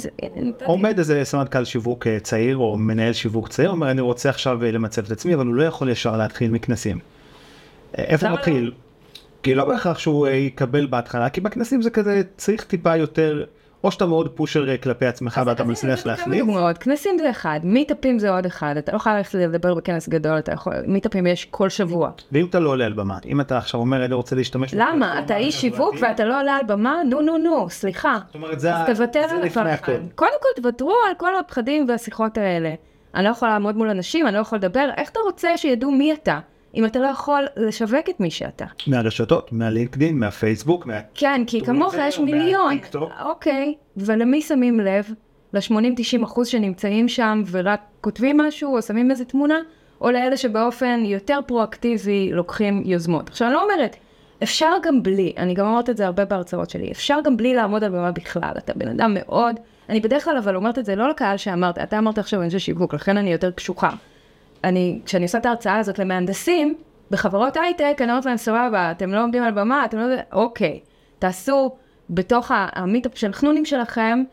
עומד איזה סמנכ"ל שיווק צעיר, או מנהל שיווק צעיר, אומר, אני רוצה עכשיו למצב את עצמי, אבל הוא לא יכול ישר להתחיל מכנסים. איפה מתחיל? כי לא בהכרח שהוא יקבל בהתחלה, כי בכנסים זה כזה צריך טיפה יותר, או שאתה מאוד פושר כלפי עצמך ואתה מצליח להחליף. כנסים זה אחד, מיטאפים זה עוד אחד, אתה לא יכול ללכת לדבר בכנס גדול, מיטאפים יש כל שבוע. ואם אתה לא עולה על במה, אם אתה עכשיו אומר, אני רוצה להשתמש... למה? אתה איש שיווק ואתה לא עולה על במה? נו, סליחה. זאת אומרת, זה לפני הכל. קודם כל תוותרו על כל הפחדים והשיחות האלה. אני לא יכולה לעמוד מול אנשים, אני לא יכולה לדבר, איך אתה רוצה שידעו מי אתה? אם אתה לא יכול לשווק את מי שאתה. מהרשתות, מהלינקדין, מהפייסבוק, כן, כי כמוך יש מיליון. אוקיי, ולמי שמים לב? ל-80-90% שנמצאים שם ורק כותבים משהו או שמים איזה תמונה, או לאלה שבאופן יותר פרואקטיבי לוקחים יוזמות. עכשיו, אני לא אומרת, אפשר גם בלי, אני גם אומרת את זה הרבה בהרצאות שלי, אפשר גם בלי לעמוד על במה בכלל. אתה בן אדם מאוד, אני בדרך כלל אבל אומרת את זה לא לקהל שאמרת, אתה אמרת עכשיו אנשי שיווק, לכן אני יותר קשוחה. כשאני עושה את ההרצאה הזאת למהנדסים, בחברות הייטק, אני אומרת להם, סבבה, אתם לא עומדים על במה, אתם לא... אוקיי, תעשו בתוך המיטאפ של חנונים שלכם,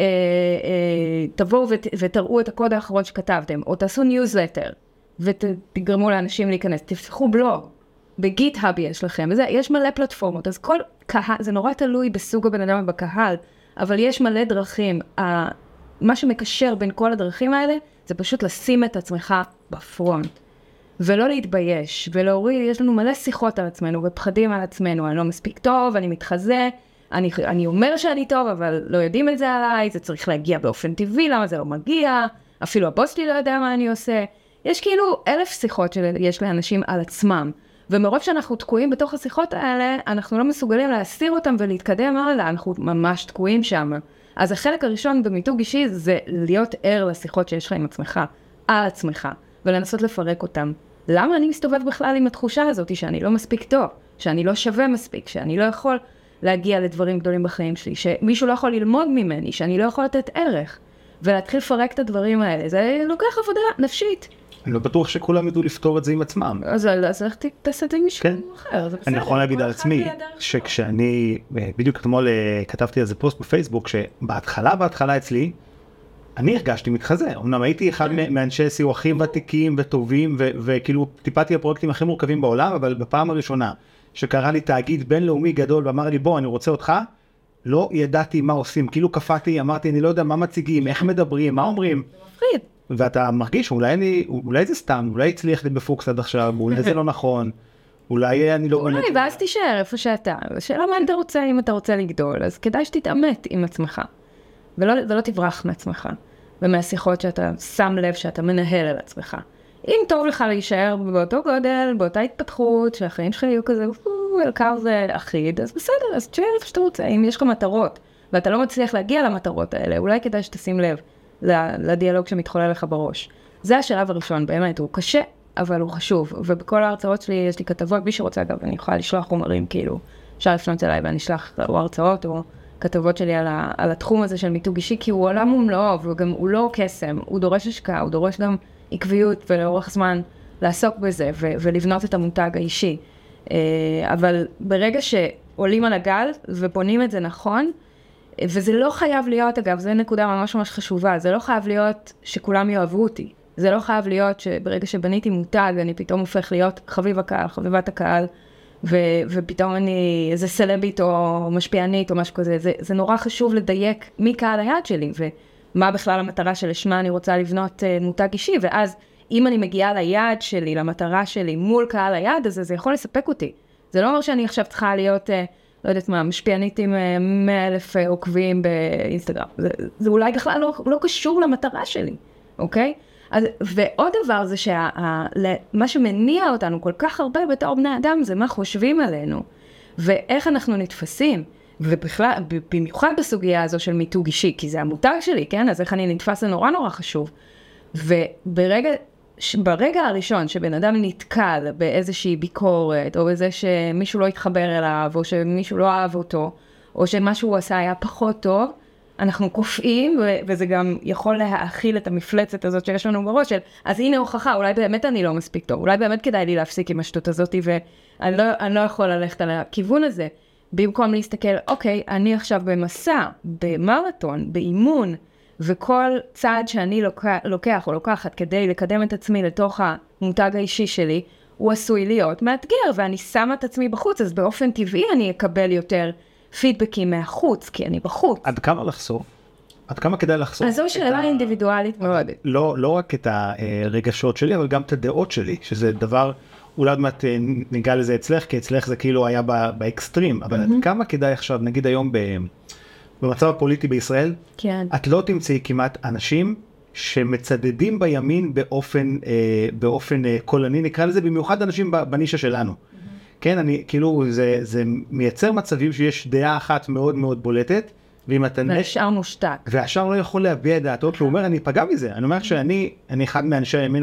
תבואו ותראו את הקוד האחרון שכתבתם, או תעשו ניוזלטר, ותגרמו לאנשים להיכנס, תפתחו בלוג, בגיט-האב יש לכם, יש מלא פלטפורמות, אז כל קהל, זה נורא תלוי בסוג הבן אדם ובקהל, אבל יש מלא דרכים, מה שמקשר בין כל הדרכים האלה, זה פשוט לשים את עצמך בפרונט, ולא להתבייש, ולהוריד, יש לנו מלא שיחות על עצמנו, ופחדים על עצמנו, אני לא מספיק טוב, אני מתחזה, אני אומר שאני טוב, אבל לא יודעים את זה עליי, זה צריך להגיע באופן טבעי, למה זה לא מגיע, אפילו הבוס שלי לא יודע מה אני עושה, יש כאילו 1000 שיחות שיש לאנשים על עצמם, ומרוב שאנחנו תקועים בתוך השיחות האלה, אנחנו לא מסוגלים להסיר אותם ולהתקדם הלאה, אנחנו ממש תקועים שם. אז החלק הראשון במיתוג אישי זה להיות ער לשיחות שיש לך עם עצמך, על עצמך, ולנסות לפרק אותם. למה אני מסתובב בכלל עם התחושה הזאת שאני לא מספיק טוב, שאני לא שווה מספיק, שאני לא יכול להגיע לדברים גדולים בחיים שלי, שמישהו לא יכול ללמוד ממני, שאני לא יכול לתת ערך, ולהתחיל לפרק את הדברים האלה. זה לוקח עבודה נפשית. אני לא בטוח שכולם ידעו לפתור את זה עם עצמם. אז איך תעשה את זה עם מישהו אחר? אני יכול להגיד על עצמי, שכשאני, בדיוק אתמול כתבתי איזה פוסט בפייסבוק, שבהתחלה אצלי, אני הרגשתי מתחזה. אמנם הייתי אחד מאנשי SEO הכי ותיקים וטובים, וכאילו טיפלתי הפרויקטים הכי מורכבים בעולם, אבל בפעם הראשונה, שקרא לי תאגיד בינלאומי גדול, ואמר לי, בוא, אני רוצה אותך, לא ידעתי מה עושים. כאילו קפאתי, אמרתי, אני לא יודע מה מציגים, איך מדברים, מה אומרים. זה מפחיד. ואתה מרגיש, אולי זה סתם, אולי הצליח לי בפוקס עד עכשיו, אולי זה לא נכון, אולי אני לא... אולי, ואז תישאר איפה שאתה. השאלה מה אתה רוצה, אם אתה רוצה לגדול, אז כדאי שתתאמת עם עצמך, ולא תברח מעצמך, ומהשיחות שאתה שם לב שאתה מנהל על עצמך. אם טוב לך להישאר באותו גודל, באותה התפתחות, שהחיים שלך יהיו כזה, קו זה אחיד, אז בסדר, אז תשאר איפה שאתה רוצה, אם יש לך מטרות. ואתה לא מצליח להגיע למטרות האלה, אולי כדאי שתשים לב לדיאלוג שמתחולל לך בראש. זה השלב הראשון, באמת, הוא קשה, אבל הוא חשוב. ובכל ההרצאות שלי יש לי כתבות, מי שרוצה אגב, אני יכולה לשלוח חומרים, כאילו, אפשר לפנות אליי ואני אשלח או הרצאות או כתבות שלי על התחום הזה של מיתוג אישי, כי הוא עולם ומלואו, וגם הוא לא קסם, הוא דורש השקעה, הוא דורש גם עקביות ולאורך זמן לעסוק בזה ולבנות את המותג האישי. אבל ברגע שעולים על הגל ובונים את זה נכון, וזה לא חייב להיות, אגב, זו נקודה ממש ממש חשובה, זה לא חייב להיות שכולם יאהבו אותי. זה לא חייב להיות שברגע שבניתי מותג, אני פתאום הופך להיות חביב הקהל, חביבת הקהל, ופתאום אני איזה סלבית או משפיענית או משהו כזה. זה נורא חשוב לדייק מי קהל היעד שלי, ומה בכלל המטרה שלשמה אני רוצה לבנות מותג אישי, ואז אם אני מגיעה ליעד שלי, למטרה שלי, מול קהל היעד הזה, זה יכול לספק אותי. זה לא אומר שאני עכשיו צריכה להיות, לא יודעת מה, משפיענית עם 100,000 עוקבים באינסטגרם. זה אולי בכלל לא קשור למטרה שלי, אוקיי? ועוד דבר זה מה שמניע אותנו כל כך הרבה בתור בני אדם, זה מה חושבים עלינו, ואיך אנחנו נתפסים, ובכלל, במיוחד בסוגיה הזו של מיתוג אישי, כי זה המותג שלי, כן? אז איך אני נתפס זה נורא נורא חשוב. ברגע הראשון שבן אדם נתקל באיזושהי ביקורת, או בזה שמישהו לא התחבר אליו, או שמישהו לא אהב אותו, או שמשהו הוא עשה היה פחות טוב, אנחנו קופאים, וזה גם יכול להאכיל את המפלצת הזאת שיש לנו בראש של, אז הנה הוכחה, אולי באמת אני לא מספיק טוב, אולי באמת כדאי לי להפסיק עם השטות הזאת, ואני לא יכול ללכת על הכיוון הזה, במקום להסתכל, אוקיי, אני עכשיו במסע, במרתון, באימון, וכל צעד שאני לוקח או לוקחת כדי לקדם את עצמי לתוך המותג האישי שלי, הוא עשוי להיות מאתגר, ואני שמה את עצמי בחוץ, אז באופן טבעי אני אקבל יותר פידבקים מהחוץ, כי אני בחוץ. עד כמה לחשוף? עד כמה כדאי לחשוף? אז זו שאלה אינדיבידואלית מאוד. לא רק את הרגשות שלי, אבל גם את הדעות שלי, שזה דבר, אולי עוד מעט ניגע לזה אצלך, כי אצלך זה כאילו היה באקסטרים, אבל עד כמה כדאי עכשיו, נגיד היום במצב הפוליטי בישראל, כן. את לא תמצאי כמעט אנשים שמצדדים בימין באופן קולני, נקרא לזה, במיוחד אנשים בנישה שלנו. כן, כאילו, זה מייצר מצבים שיש דעה אחת מאוד מאוד בולטת, ואם אתה... והשאר מושתק. והשאר לא יכול להביע את דעתו, כי הוא אומר, אני פגע מזה. אני אומר שאני אחד מאנשי הימין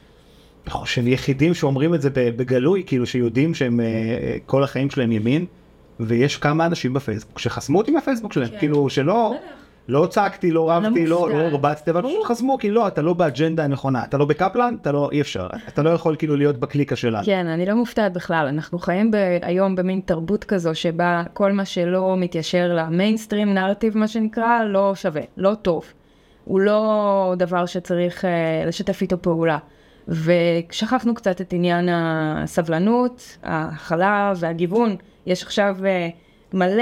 יחידים שאומרים את זה בגלוי, כאילו שיודעים שהם כל החיים שלהם ימין, ויש כמה אנשים בפייסבוק שחסמו אותי מהפייסבוק שלהם, כאילו שלא... לא צעקתי, לא רבתי, לא הרבצתי, אבל פשוט חסמו, כי לא, אתה לא באג'נדה הנכונה, אתה לא בקפלן, אי אפשר, אתה לא יכול כאילו להיות בקליקה שלנו. כן, אני לא מופתעת בכלל, אנחנו חיים היום במין תרבות כזו, שבה כל מה שלא מתיישר למיינסטרים נרטיב, מה שנקרא, לא שווה, לא טוב. הוא לא דבר שצריך לשתף איתו פעולה. ושכחנו קצת את עניין הסבלנות, ההכלה והגיוון. יש עכשיו מלא...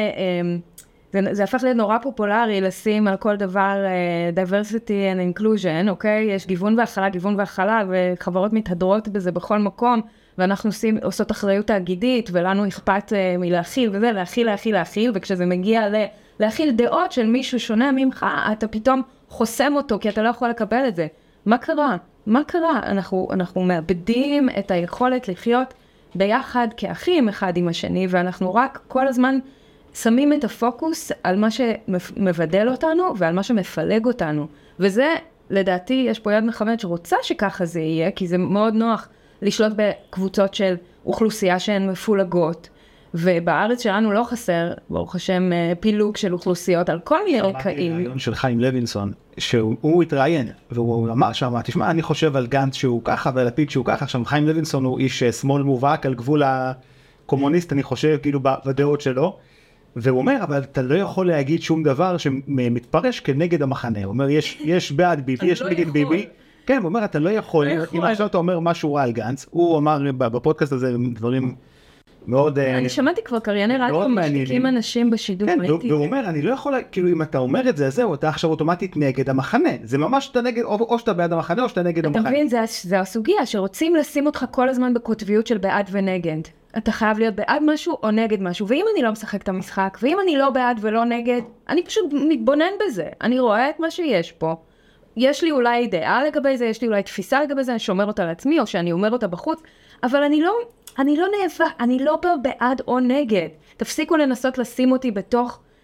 זה הפך להיות נורא פופולרי לשים על כל דבר diversity and inclusion, אוקיי? יש גיוון והכלה, וחברות מתהדרות בזה בכל מקום, ואנחנו עושות אחריות תאגידית, ולנו אכפת מלהכיל וזה, להכיל, וכשזה מגיע להכיל דעות של מישהו שונה ממך, אתה פתאום חוסם אותו, כי אתה לא יכול לקבל את זה. מה קרה? אנחנו מאבדים את היכולת לחיות ביחד כאחים אחד עם השני, ואנחנו רק כל הזמן שמים את הפוקוס על מה שמבדל אותנו ועל מה שמפלג אותנו. וזה, לדעתי, יש פה יד מכוונת שרוצה שככה זה יהיה, כי זה מאוד נוח לשלוט בקבוצות של אוכלוסייה שהן מפולגות. ובארץ שלנו לא חסר, ברוך השם, פילוג של אוכלוסיות על כל מיני רקעים. הרעיון של חיים לוינסון, שהוא התראיין, והוא אמר שם, תשמע, אני חושב על גנץ שהוא ככה ועל לפיד שהוא ככה. עכשיו, חיים לוינסון הוא איש שמאל מובהק על גבול הקומוניסט, אני חושב, כאילו בדעות שלו. והוא אומר, אבל אתה לא יכול להגיד שום דבר שמתפרש כנגד המחנה. הוא אומר, יש בעד ביבי, יש נגד ביבי. כן, הוא אומר, אתה לא יכול, אם עכשיו אתה אומר משהו רע על גנץ, הוא אמר בפודקאסט הזה דברים מאוד... אני שמעתי כבר קרייני רדיו, משתיקים אנשים בשידור. כן, והוא אומר, אני לא יכול, כאילו אם אתה אומר את זה, זהו, אתה עכשיו אוטומטית נגד המחנה. זה ממש שאתה נגד, או שאתה בעד המחנה, או שאתה נגד המחנה. אתה מבין, זה הסוגיה, שרוצים לשים אותך כל הזמן בקוטביות של בעד ונגד. אתה חייב להיות בעד משהו או נגד משהו, ואם אני לא משחק את המשחק, ואם אני לא בעד ולא נגד, אני פשוט מתבונן בזה. אני רואה את מה שיש פה. יש לי אולי דעה לגבי זה, יש לי אולי תפיסה לגבי זה, אני שומר אותה לעצמי, או שאני אומר אותה בחוץ, אבל אני לא נאבק, אני לא בעד או נגד. תפסיקו לנסות לשים אותי בתוך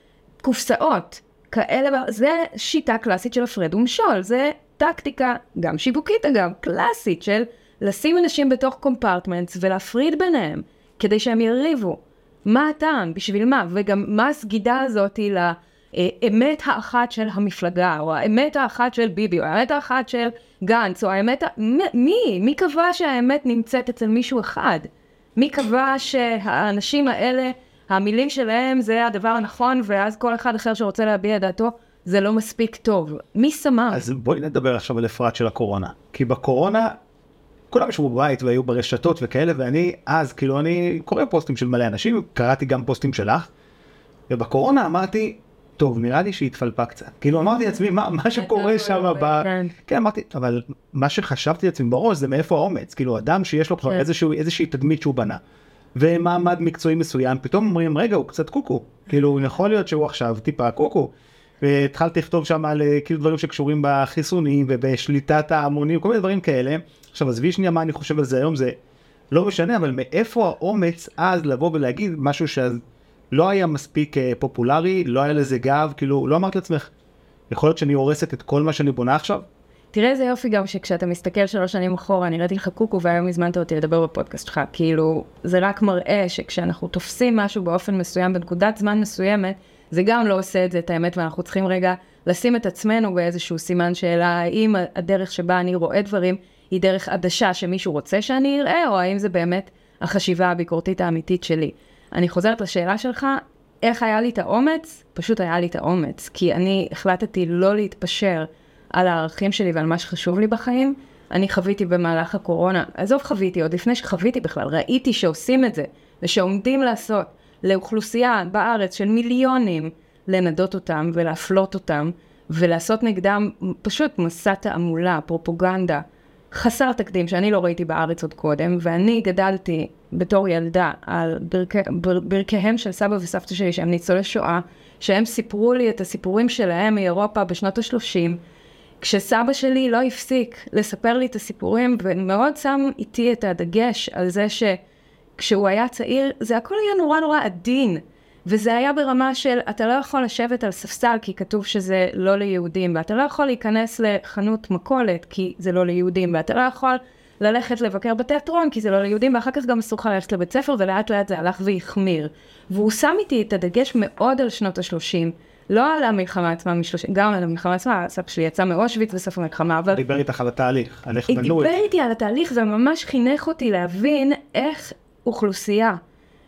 קופסאות כאלה, זה שיטה קלאסית של הפרד ומשול, זה טקטיקה, גם שיווקית אגב, קלאסית של לשים אנשים בתוך קומפרטמנטס ולהפריד ביניהם, כדי שהם יריבו. מה הטעם? בשביל מה? וגם מה הסגידה הזאת היא לאמת האחת של המפלגה, או האמת האחת של ביבי, או האמת האחת של גנץ, או האמת... מי קבע שהאמת נמצאת אצל מישהו אחד? מי קבע שהאנשים האלה, המילים שלהם זה הדבר הנכון, ואז כל אחד אחר שרוצה להביע דעתו, זה לא מספיק טוב. מי שמה? אז בואי נדבר עכשיו על אפרת של הקורונה. כי בקורונה, כולם ישבו בבית והיו ברשתות וכאלה, ואני אז, כאילו, אני קורא פוסטים של מלא אנשים, קראתי גם פוסטים שלך, ובקורונה אמרתי, טוב, נראה לי שהיא התפלפה קצת. כאילו, אמרתי לעצמי, מה שקורה שם כן, אמרתי, אבל מה שחשבתי לעצמי בראש זה מאיפה האומץ. כאילו, אדם שיש לו כבר איזושהי תדמית שהוא בנה, ומעמד מקצועי מסוים, פתאום אומרים, רגע, הוא קצת קוקו. כאילו, יכול להיות שהוא עכשיו טיפה קוקו. והתחלתי לכתוב שם על כאילו דברים שקשורים בחיסונים ובשליטת ההמונים, כל מיני דברים כאלה. עכשיו, עזבי שנייה מה אני חושב על זה היום, זה לא משנה, אבל מאיפה האומץ אז לבוא ולהגיד משהו שלא היה מספיק פופולרי, לא היה לזה גב, כאילו, לא אמרת לעצמך, יכול להיות שאני הורסת את כל מה שאני בונה עכשיו? תראה איזה יופי גם שכשאתה מסתכל 3 שנים אחורה, אני ראיתי לך קוקו והיום הזמנת אותי לדבר בפודקאסט שלך, כאילו, זה רק מראה שכשאנחנו תופסים משהו באופן מסוים, בנקודת זמן מסוימת, זה גם לא עושה את זה, את האמת, ואנחנו צריכים רגע לשים את עצמנו באיזשהו סימן שאלה, האם הדרך שבה אני רואה דברים היא דרך עדשה שמישהו רוצה שאני אראה, או האם זה באמת החשיבה הביקורתית האמיתית שלי. אני חוזרת לשאלה שלך, איך היה לי את האומץ? פשוט היה לי את האומץ, כי אני החלטתי לא להתפשר על הערכים שלי ועל מה שחשוב לי בחיים. אני חוויתי במהלך הקורונה, עזוב חוויתי, עוד לפני שחוויתי בכלל, ראיתי שעושים את זה, ושעומדים לעשות לאוכלוסייה בארץ של מיליונים, לנדות אותם ולהפלות אותם, ולעשות נגדם פשוט מסע תעמולה, פרופוגנדה, חסר תקדים שאני לא ראיתי בארץ עוד קודם, ואני גדלתי בתור ילדה על ברכיהם של סבא וסבתא שלי, שהם ניצולי שואה, שהם סיפרו לי את הסיפורים שלהם מאירופה בשנות ה-30, כשסבא שלי לא הפסיק לספר לי את הסיפורים, ומאוד שם איתי את הדגש על זה שכשהוא היה צעיר, זה הכל היה נורא נורא עדין, וזה היה ברמה של, אתה לא יכול לשבת על ספסל כי כתוב שזה לא ליהודים, ואתה לא יכול להיכנס לחנות מכולת כי זה לא ליהודים, ואתה לא יכול ללכת לבקר בתיאטרון כי זה לא ליהודים, ואחר כך גם אסור לך ללכת לבית ספר, ולאט לאט זה הלך והחמיר. והוא שם איתי את הדגש מאוד על שנות ה-30, לא על המלחמה עצמה מ-30, גם על המלחמה עצמה, סבא שלי יצא מאושוויץ בסוף המלחמה, אבל... דיבר איתך על התהליך, על איך בנו את זה. דיבר איתי על התהליך, וממש חינך אותי להבין איך אוכלוסייה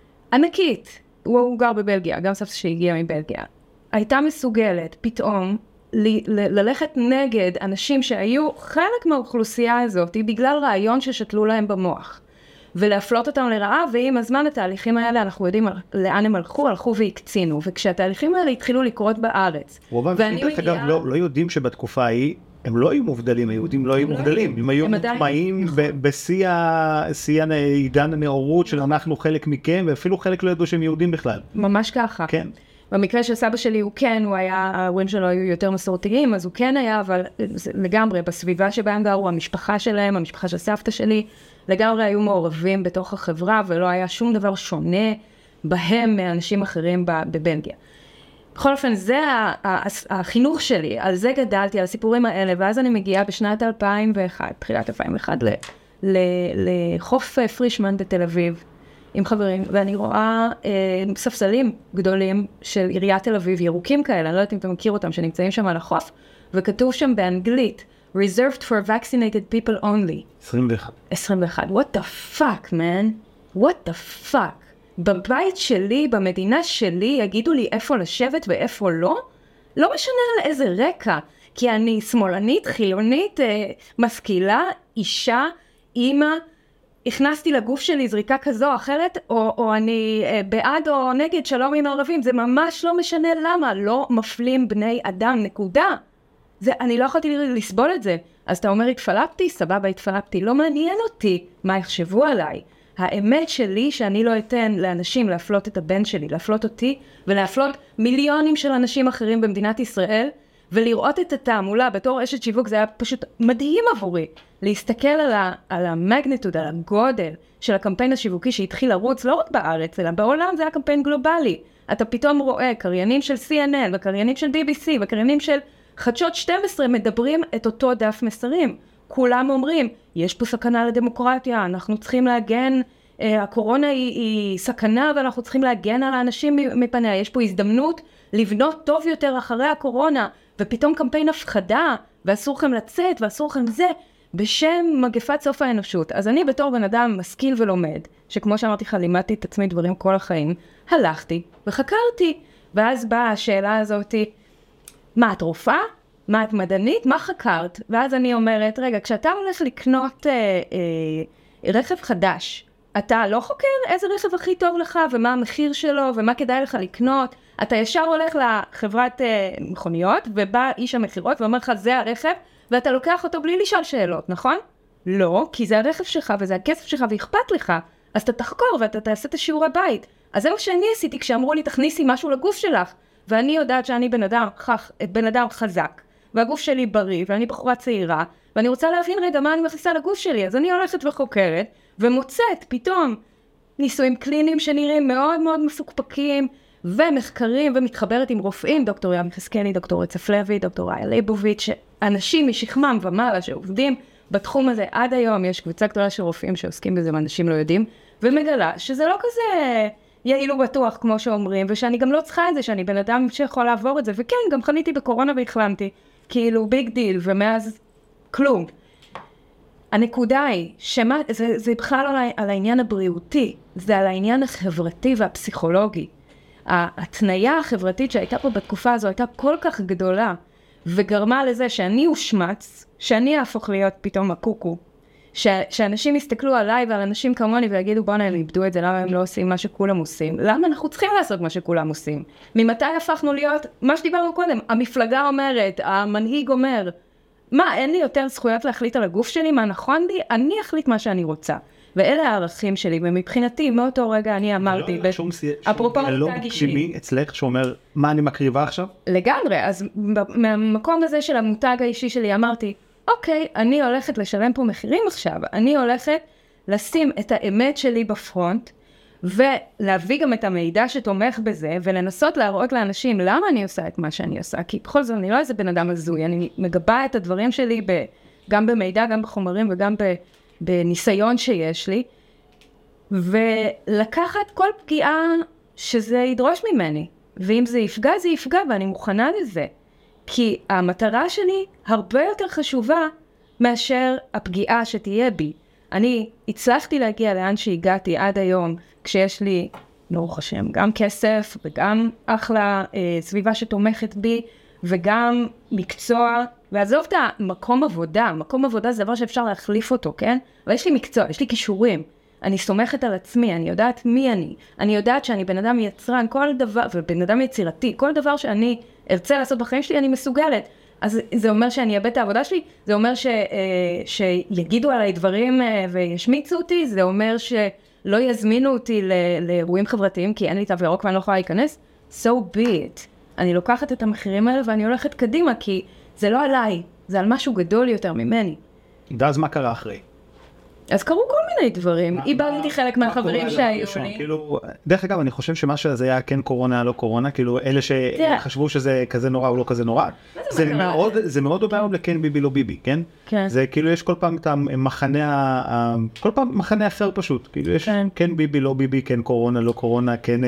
ענקית, הוא גר בבלגיה, גם סבתא שהגיע מבלגיה, הייתה מסוגלת פתאום ללכת נגד אנשים שהיו חלק מהאוכלוסייה הזאת, בגלל רעיון ששתלו להם במוח, ולהפלות אותם לרעה, ועם הזמן התהליכים האלה אנחנו יודעים לאן הם הלכו והקצינו, וכשהתהליכים האלה התחילו לקרות בארץ, ואני מגיעה... לא יודעים שבתקופה ההיא, הם לא היו מובדלים, היהודים לא היו מובדלים, הם היו מוטמעים בשיא עידן הנאורות של אנחנו חלק מכם, ואפילו חלק לא ידעו שהם יהודים בכלל. ממש ככה. כן. במקרה של סבא שלי הוא כן, ההורים שלו היו יותר מסורתיים, אז הוא כן היה, אבל לגמרי, בסביבה שבה הם גרו, המשפחה שלהם, המשפחה של סבתא שלי, לגמרי היו מעורבים בתוך החברה, ולא היה שום דבר שונה בהם מאנשים אחרים בבלגיה. בכל אופן, זה החינוך שלי, על זה גדלתי, על הסיפורים האלה, ואז אני מגיעה בשנת 2001, תחילת 2001, לחוף פרישמן בתל אביב, עם חברים, ואני רואה ספסלים גדולים של עיריית תל אביב, ירוקים כאלה, אני לא יודעת אם אתה מכיר אותם, שנמצאים שם על החוף, וכתוב שם באנגלית, reserved for vaccinated people only. 21. 21. What the fuck, man? What the fuck? בבית שלי, במדינה שלי, יגידו לי איפה לשבת ואיפה לא? לא משנה על איזה רקע, כי אני שמאלנית, חילונית, משכילה, אישה, אימא, הכנסתי לגוף שלי זריקה כזו או אחרת, או אני בעד או נגד שלום עם הערבים, זה ממש לא משנה למה, לא מפלים בני אדם, נקודה. אני לא יכולתי לסבול את זה. אז אתה אומר, התפלפתי, סבבה, התפלפתי, לא מעניין אותי מה יחשבו עליי. האמת שלי שאני לא אתן לאנשים להפלות את הבן שלי, להפלות אותי ולהפלות מיליונים של אנשים אחרים במדינת ישראל, ולראות את התעמולה בתור אשת שיווק, זה היה פשוט מדהים עבורי. להסתכל על המגניטוד, על הגודל של הקמפיין השיווקי שהתחיל לרוץ, לא רק בארץ, אלא בעולם זה היה קמפיין גלובלי. אתה פתאום רואה קריינים של CNN, וקריינים של BBC, וקריינים של חדשות 12 מדברים את אותו דף מסרים. כולם אומרים, יש פה סכנה לדמוקרטיה, אנחנו צריכים להגן, הקורונה היא סכנה, ואנחנו צריכים להגן על האנשים מפניה. יש פה הזדמנות לבנות טוב יותר אחרי הקורונה, ופתאום קמפיין הפחדה, ואסור לכם לצאת, ואסור לכם זה, בשם מגפת סוף האנושות. אז אני בתור בן אדם משכיל ולומד, שכמו שאמרתי לך, לימדתי את עצמי דברים כל החיים, הלכתי וחקרתי. ואז באה השאלה הזאת, מה את רופאה? מה את מדענית? מה חקרת? ואז אני אומרת, רגע, כשאתה הולך לקנות רכב חדש, אתה לא חוקר איזה רכב הכי טוב לך, ומה המחיר שלו, ומה כדאי לך לקנות? אתה ישר הולך לחברת מכוניות, ובא איש המחירות ואומר לך, זה הרכב, ואתה לוקח אותו בלי לשאול שאלות, נכון? לא, כי זה הרכב שלך, וזה הכסף שלך, ואכפת לך. אז אתה תחקור, ואתה תעשה את השיעור הבית. אז זה מה שאני עשיתי, כשאמרו לי, תכניסי משהו לגוף שלך. ואני יודעת שאני בן אדם חזק, והגוף שלי בריא, ואני בחורה צעירה, ואני רוצה להבין רגע מה אני מכניסה לגוף שלי. אז אני הולכת וחוקרת, ומוצאת פתאום ניסויים קליניים שנראים מאוד מאוד מפוקפקים, ומחקרים, ומתחברת עם רופאים, דוקטור ים חזקאלי, דוקטור רצף לוי, דוקטור איה ליבוביץ', אנשים משכמם ומעלה שעובדים בתחום הזה עד היום. יש קבוצה גדולה של רופאים שעוסקים בזה, ואנשים לא יודעים, ומגלה שזה לא כזה יעיל ובטוח כמו שאומרים, ושאני גם לא צריכה את זה, שאני בן אדם שיכול לעבור את זה, וכן, גם חניתי בקורונה והחלמתי, כאילו ביג דיל, ומאז כלום. הנקודה היא, זה בכלל על העניין הבריאותי, זה על העניין החברתי והפסיכולוגי. ההתניה החברתית שהייתה פה בתקופה הזו הייתה כל כך גדולה, וגרמה לזה שאני הושמץ, שאני אהפוך להיות פתאום הקוקו, שאנשים יסתכלו עליי ועל אנשים כמוני ויגידו, בוא הם איבדו את זה, למה הם לא עושים מה שכולם עושים? למה אנחנו צריכים לעשות מה שכולם עושים? ממתי הפכנו להיות, מה שדיברנו קודם, המפלגה אומרת, המנהיג אומר, מה, אין לי יותר זכויות להחליט על הגוף שלי, מה נכון לי? אני אחליט מה שאני רוצה. ואלה הערכים שלי, ומבחינתי, מאותו רגע אני אמרתי, שום דיאלוג פנימי אצלך שאומר, מה אני מקריבה עכשיו? לגמרי, אז מהמקום הזה של המותג האישי שלי אמרתי, אוקיי, אני הולכת לשלם פה מחירים עכשיו, אני הולכת לשים את האמת שלי בפרונט, ולהביא גם את המידע שתומך בזה, ולנסות להראות לאנשים למה אני עושה את מה שאני עושה, כי בכל זאת אני לא איזה בן אדם הזוי, אני מגבה את הדברים שלי גם במידע, גם בחומרים וגם בניסיון שיש לי, ולקחת כל פגיעה שזה ידרוש ממני, ואם זה יפגע, זה יפגע, ואני מוכנה לזה. כי המטרה שלי הרבה יותר חשובה מאשר הפגיעה שתהיה בי. אני הצלחתי להגיע לאן שהגעתי עד היום, כשיש לי, ברוך השם, גם כסף וגם אחלה סביבה שתומכת בי, וגם מקצוע, ועזוב את המקום עבודה. מקום עבודה זה דבר שאפשר להחליף אותו, כן? אבל יש לי מקצוע, יש לי כישורים. אני סומכת על עצמי, אני יודעת מי אני. אני יודעת שאני בן אדם יצרן, כל דבר, ובן אדם יצירתי, כל דבר שאני ארצה לעשות בחיים שלי, אני מסוגלת. אז זה אומר שאני אאבד את העבודה שלי, זה אומר שיגידו עליי דברים וישמיצו אותי, זה אומר שלא יזמינו אותי לאירועים חברתיים, כי אין לי תו ירוק ואני לא יכולה להיכנס. So be it. אני לוקחת את המחירים האלה ואני הולכת קדימה, כי זה לא עליי, זה על משהו גדול יותר ממני. אז מה קרה אחרי? אז קרו כל מיני דברים, איבדתי חלק מהחברים שהיו לי. דרך אגב, אני חושב שמה שזה היה כן קורונה, לא קורונה, כאילו אלה שחשבו שזה כזה נורא או לא כזה נורא, זה מאוד דומה לכן ביבי לא ביבי, כן? זה כאילו יש כל פעם את המחנה, כל פעם מחנה אחר פשוט, כאילו יש כן ביבי לא ביבי, כן קורונה, לא קורונה, כן,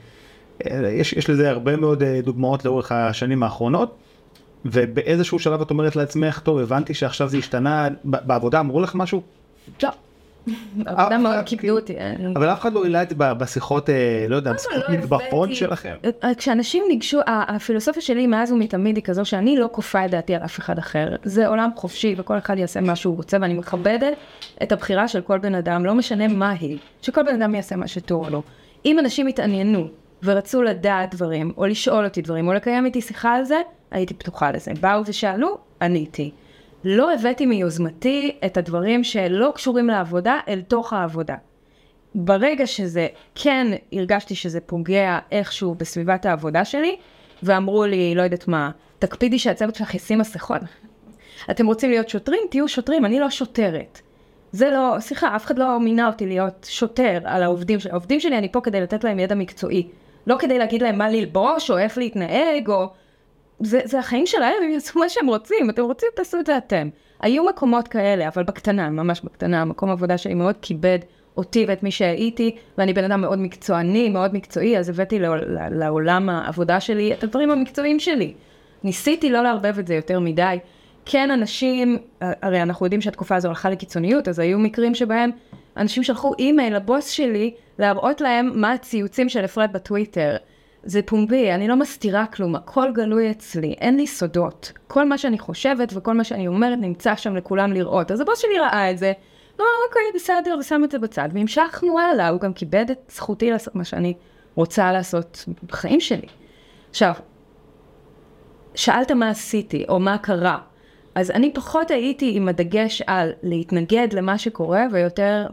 יש לזה הרבה מאוד דוגמאות לאורך השנים האחרונות, ובאיזשהו שלב את אומרת לעצמך, טוב, הבנתי שעכשיו זה השתנה, בעבודה אמרו לך משהו? לא. עבודה מאוד קיבלו אותי. אבל אף אחד לא העלה את זה בשיחות, לא יודע, בשיחות מטבחון שלכם. כשאנשים ניגשו, הפילוסופיה שלי מאז ומתמיד היא כזו שאני לא כופה את דעתי על אף אחד אחר. זה עולם חופשי וכל אחד יעשה מה שהוא רוצה, ואני מכבדת את הבחירה של כל בן אדם, לא משנה מה היא, שכל בן אדם יעשה מה שטוב לו. אם אנשים התעניינו ורצו לדעת דברים, או לשאול אותי דברים, או לקיים איתי שיחה על זה, הייתי פתוחה לזה. באו ושאלו, עניתי. לא הבאתי מיוזמתי את הדברים שלא קשורים לעבודה אל תוך העבודה. ברגע שזה, כן הרגשתי שזה פוגע איכשהו בסביבת העבודה שלי, ואמרו לי, לא יודעת מה, תקפידי שהצוות שלך ישים מסכות. אתם רוצים להיות שוטרים? תהיו שוטרים, אני לא שוטרת. זה לא, סליחה, אף אחד לא מינה אותי להיות שוטר על העובדים שלי. העובדים שלי, אני פה כדי לתת להם ידע מקצועי. לא כדי להגיד להם מה ללבוש, או איך להתנהג, או... זה החיים שלהם, הם יעשו מה שהם רוצים. אתם רוצים, תעשו את זה אתם. היו מקומות כאלה, אבל בקטנה, ממש בקטנה. מקום עבודה שלי מאוד כיבד אותי ואת מי שהייתי, ואני בן אדם מאוד מקצועני, מאוד מקצועי, אז הבאתי לעולם העבודה שלי את הדברים המקצועיים שלי. ניסיתי לא לערבב את זה יותר מדי. כן, אנשים, הרי אנחנו יודעים שהתקופה הזו הלכה לקיצוניות, אז היו מקרים שבהם אנשים שלחו אימייל לבוס שלי להראות להם מה הציוצים של אפרת בטוויטר. זה פומבי, אני לא מסתירה כלום, הכל גלוי אצלי, אין לי סודות. כל מה שאני חושבת וכל מה שאני אומרת נמצא שם לכולם לראות. אז הבוס שלי ראה את זה, לא, אוקיי, בסדר, ושם את זה בצד, והמשכנו הלאה, הוא גם כיבד את זכותי לעשות מה שאני רוצה לעשות בחיים שלי. עכשיו, שאלת מה עשיתי או מה קרה, אז אני פחות הייתי עם הדגש על להתנגד למה שקורה, ויותר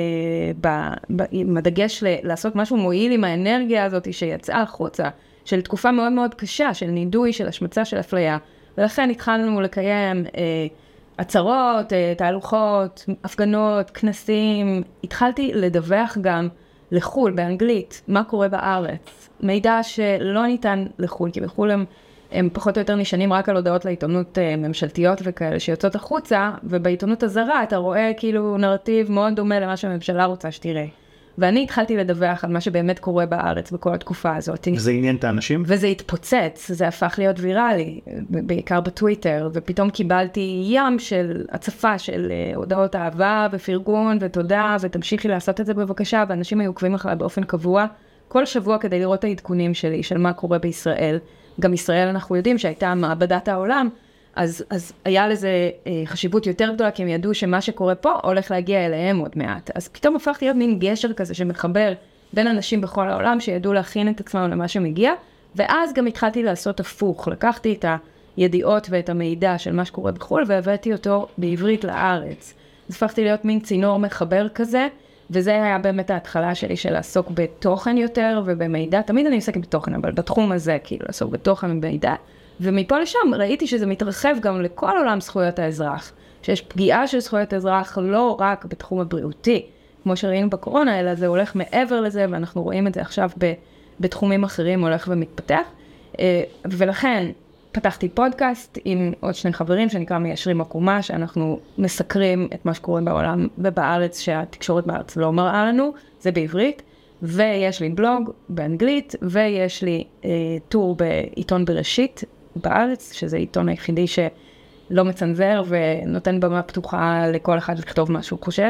עם הדגש לעשות משהו מועיל עם האנרגיה הזאת שיצאה החוצה, של תקופה מאוד מאוד קשה, של נידוי, של השמצה, של אפליה. ולכן התחלנו לקיים עצרות, תהלוכות, הפגנות, כנסים. התחלתי לדווח גם לחול באנגלית, מה קורה בארץ. מידע שלא ניתן לחול, כי בחול הם פחות או יותר נשענים רק על הודעות לעיתונות ממשלתיות וכאלה שיוצאות החוצה, ובעיתונות הזרה אתה רואה כאילו נרטיב מאוד דומה למה שהממשלה רוצה שתראה. ואני התחלתי לדווח על מה שבאמת קורה בארץ בכל התקופה הזאת. זה עניין את האנשים? וזה התפוצץ, זה הפך להיות ויראלי, בעיקר בטוויטר, ופתאום קיבלתי ים של הצפה של הודעות אהבה ופרגון ותודה, ותמשיכי לעשות את זה בבקשה, ואנשים היו עוקבים אחריי באופן קבוע, כל שבוע כדי לראות את העדכונים שלי, של מה קורה בישראל. גם ישראל אנחנו יודעים שהייתה מעבדת העולם, אז היה לזה חשיבות יותר גדולה, כי הם ידעו שמה שקורה פה הולך להגיע אליהם עוד מעט. אז פתאום הפכתי להיות מין גשר כזה שמחבר בין אנשים בכל העולם שידעו להכין את עצמם למה שמגיע, ואז גם התחלתי לעשות הפוך. לקחתי את הידיעות ואת המידע של מה שקורה בחול, והבאתי אותו בעברית לארץ. אז הפכתי להיות מין צינור מחבר כזה, וזה היה באמת ההתחלה שלי של לעסוק בתוכן יותר ובמידע. תמיד אני עוסקת בתוכן, אבל בתחום הזה, כאילו, לעסוק בתוכן ובמידע. ומפה לשם ראיתי שזה מתרחב גם לכל עולם זכויות האזרח. שיש פגיעה של זכויות האזרח לא רק בתחום הבריאותי, כמו שראינו בקורונה, אלא זה הולך מעבר לזה, ואנחנו רואים את זה עכשיו בתחומים אחרים, הולך ומתפתח. ולכן פתחתי פודקאסט עם עוד שני חברים שנקרא מיישרים עקומה, שאנחנו מסקרים את מה שקורה בעולם ובארץ, שהתקשורת בארץ לא מראה לנו, זה בעברית, ויש לי בלוג באנגלית, ויש לי טור בעיתון בראשית בארץ, שזה עיתון היחידי שלא מצנזר ונותן במה פתוחה לכל אחד לכתוב מה שהוא חושב.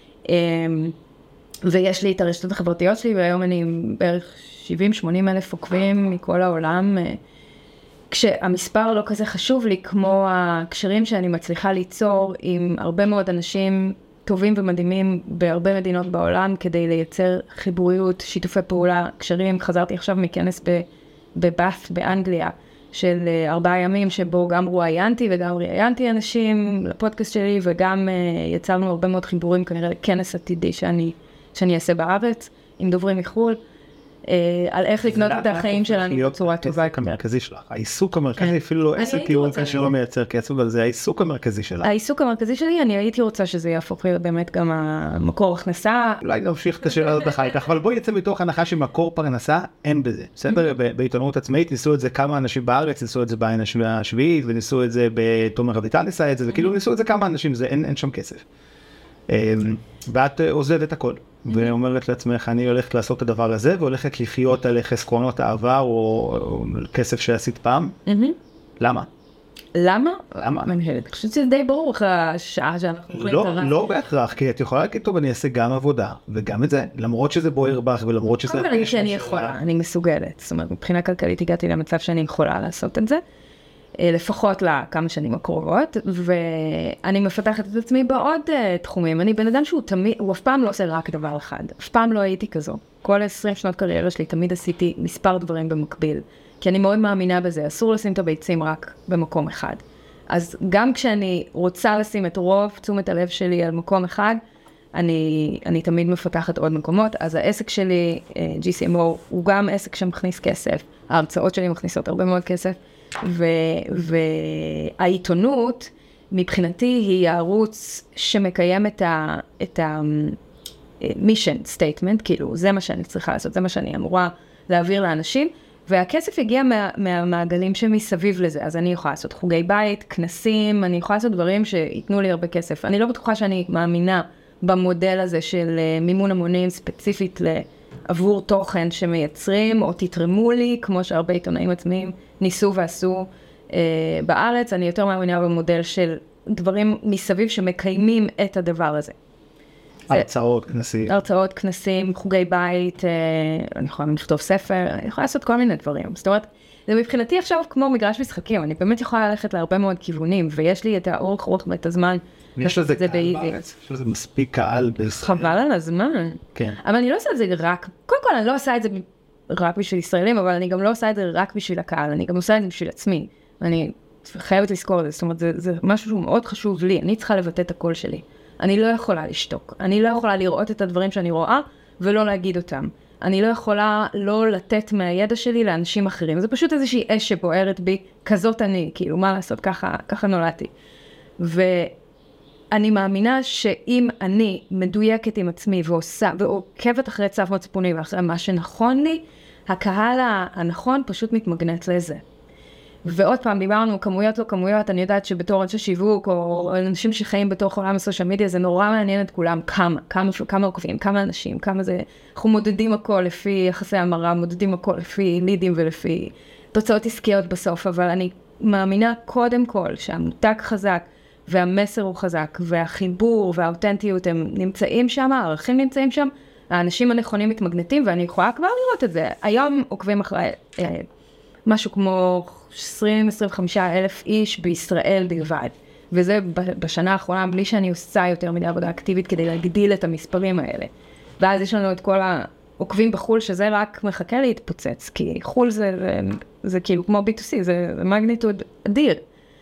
ויש לי את הרשתות החברתיות שלי, והיום אני בערך 70-80 אלף עוקבים מכל העולם, כשהמספר לא כזה חשוב לי, כמו הקשרים שאני מצליחה ליצור עם הרבה מאוד אנשים טובים ומדהימים בהרבה מדינות בעולם, כדי לייצר חיבוריות, שיתופי פעולה, קשרים. חזרתי עכשיו מכנס בבאת' באנגליה, של 4 ימים, שבו גם רואיינתי וגם ראיינתי אנשים לפודקאסט שלי, וגם יצרנו הרבה מאוד חיבורים, כנראה לכנס עתידי שאני אעשה בארץ, עם דוברים מחול. על איך לקנות את החיים שלנו בצורה טובה. העיסוק המרכזי שלך, העיסוק המרכזי, אפילו לא עסק, כי הוא רוצה שלא מייצר כסף, אבל זה העיסוק המרכזי שלך. העיסוק המרכזי שלי, אני הייתי רוצה שזה יהפוך להיות באמת גם המקור הכנסה. אולי נמשיך את השאלה הזאת אחר כך, אבל בואי יצא מתוך הנחה שמקור פרנסה, אין בזה. בסדר? בעיתונות עצמאית ניסו את זה כמה אנשים בארץ, ניסו את זה בעין השביעית, וניסו את זה בתומר אביטל ניסה את זה, וכאילו ניסו את זה כמה אנשים, אין שם כסף. ואת עוזבת הכל. ואומרת לעצמך, אני הולכת לעשות את הדבר הזה, והולכת לחיות על חסכונות העבר, או כסף שעשית פעם. למה? למה? למה? אני חושבת שזה די ברור אחרי השעה שאנחנו יכולים לראות. לא בהכרח, כי את יכולה להגיד, טוב, אני אעשה גם עבודה, וגם את זה, למרות שזה בוער בך, ולמרות שזה... אבל אני יכולה, אני מסוגלת. זאת אומרת, מבחינה כלכלית הגעתי למצב שאני יכולה לעשות את זה. לפחות לכמה שנים הקרובות, ואני מפתחת את עצמי בעוד תחומים. אני בן אדם הוא אף פעם לא עושה רק דבר אחד. אף פעם לא הייתי כזו. כל 20 שנות קריירה שלי תמיד עשיתי מספר דברים במקביל. כי אני מאוד מאמינה בזה. אסור לשים את הביצים רק במקום אחד. אז גם כשאני רוצה לשים את רוב תשומת הלב שלי על מקום אחד, אני תמיד מפתחת עוד מקומות. אז העסק שלי, GCMO, הוא גם עסק שמכניס כסף. ההרצאות שלי מכניסות הרבה מאוד כסף. והעיתונות, מבחינתי, היא הערוץ שמקיים את ה-mission statement, כאילו, זה מה שאני צריכה לעשות, זה מה שאני אמורה להעביר לאנשים, והכסף הגיע מהמעגלים שמסביב לזה, אז אני יכולה לעשות חוגי בית, כנסים, אני יכולה לעשות דברים שיתנו לי הרבה כסף. אני לא בטוחה שאני מאמינה במודל הזה של מימון המונים ספציפית עבור תוכן שמייצרים, או תתרמו לי, כמו שהרבה עיתונאים עצמיים ניסו ועשו בארץ. אני יותר מאמינה במודל של דברים מסביב שמקיימים את הדבר הזה. הרצאות, כנסים. הרצאות, כנסים, חוגי בית, אני יכולה לכתוב ספר, אני יכולה לעשות כל מיני דברים. זאת אומרת, זה מבחינתי עכשיו כמו מגרש משחקים, אני באמת יכולה ללכת להרבה מאוד כיוונים, ויש לי את האורך רוח ואת הזמן. יש לזה קהל בארץ, יש לזה מספיק קהל בישראל. חבל על הזמן. כן. אבל אני לא עושה את זה רק, קודם כל אני לא עושה את זה רק בשביל ישראלים, אבל אני גם לא עושה את זה רק בשביל הקהל, אני גם עושה את זה בשביל עצמי. אני חייבת לזכור את זה, זאת אומרת, זה משהו שהוא מאוד חשוב לי, אני צריכה לבטא את הקול שלי. אני לא יכולה לשתוק, אני לא יכולה לראות את הדברים שאני רואה ולא להגיד אותם. אני לא יכולה לא לתת מהידע שלי לאנשים אחרים. זה פשוט איזושהי אש שבוערת בי, כזאת אני, כאילו, מה לעשות, ככה נולדתי. ואני מאמינה שאם אני מדויקת עם עצמי ועוקבת אחרי צו מצפוני ואחרי מה שנכון לי, הקהל הנכון פשוט מתמגנט לזה. ועוד פעם, דיברנו כמויות לא כמויות, אני יודעת שבתור אנשי שיווק, או אנשים שחיים בתוך עולם הסושיאל מדיה, זה נורא מעניין את כולם, כמה עוקבים, כמה אנשים, כמה זה, אנחנו מודדים הכל לפי יחסי המרה, מודדים הכל לפי לידים ולפי תוצאות עסקיות בסוף, אבל אני מאמינה קודם כל שהמותג חזק, והמסר הוא חזק, והחיבור והאותנטיות הם נמצאים שם, הערכים נמצאים שם, האנשים הנכונים מתמגנטים, ואני יכולה כבר לראות את זה. היום עוקבים אחרי משהו כמו 20-25 אלף איש בישראל בלבד. וזה בשנה האחרונה, בלי שאני עושה יותר מדי עבודה אקטיבית כדי להגדיל את המספרים האלה. ואז יש לנו את כל העוקבים בחול, שזה רק מחכה להתפוצץ, כי חול זה כאילו כמו B2C, זה מגניטוד אדיר.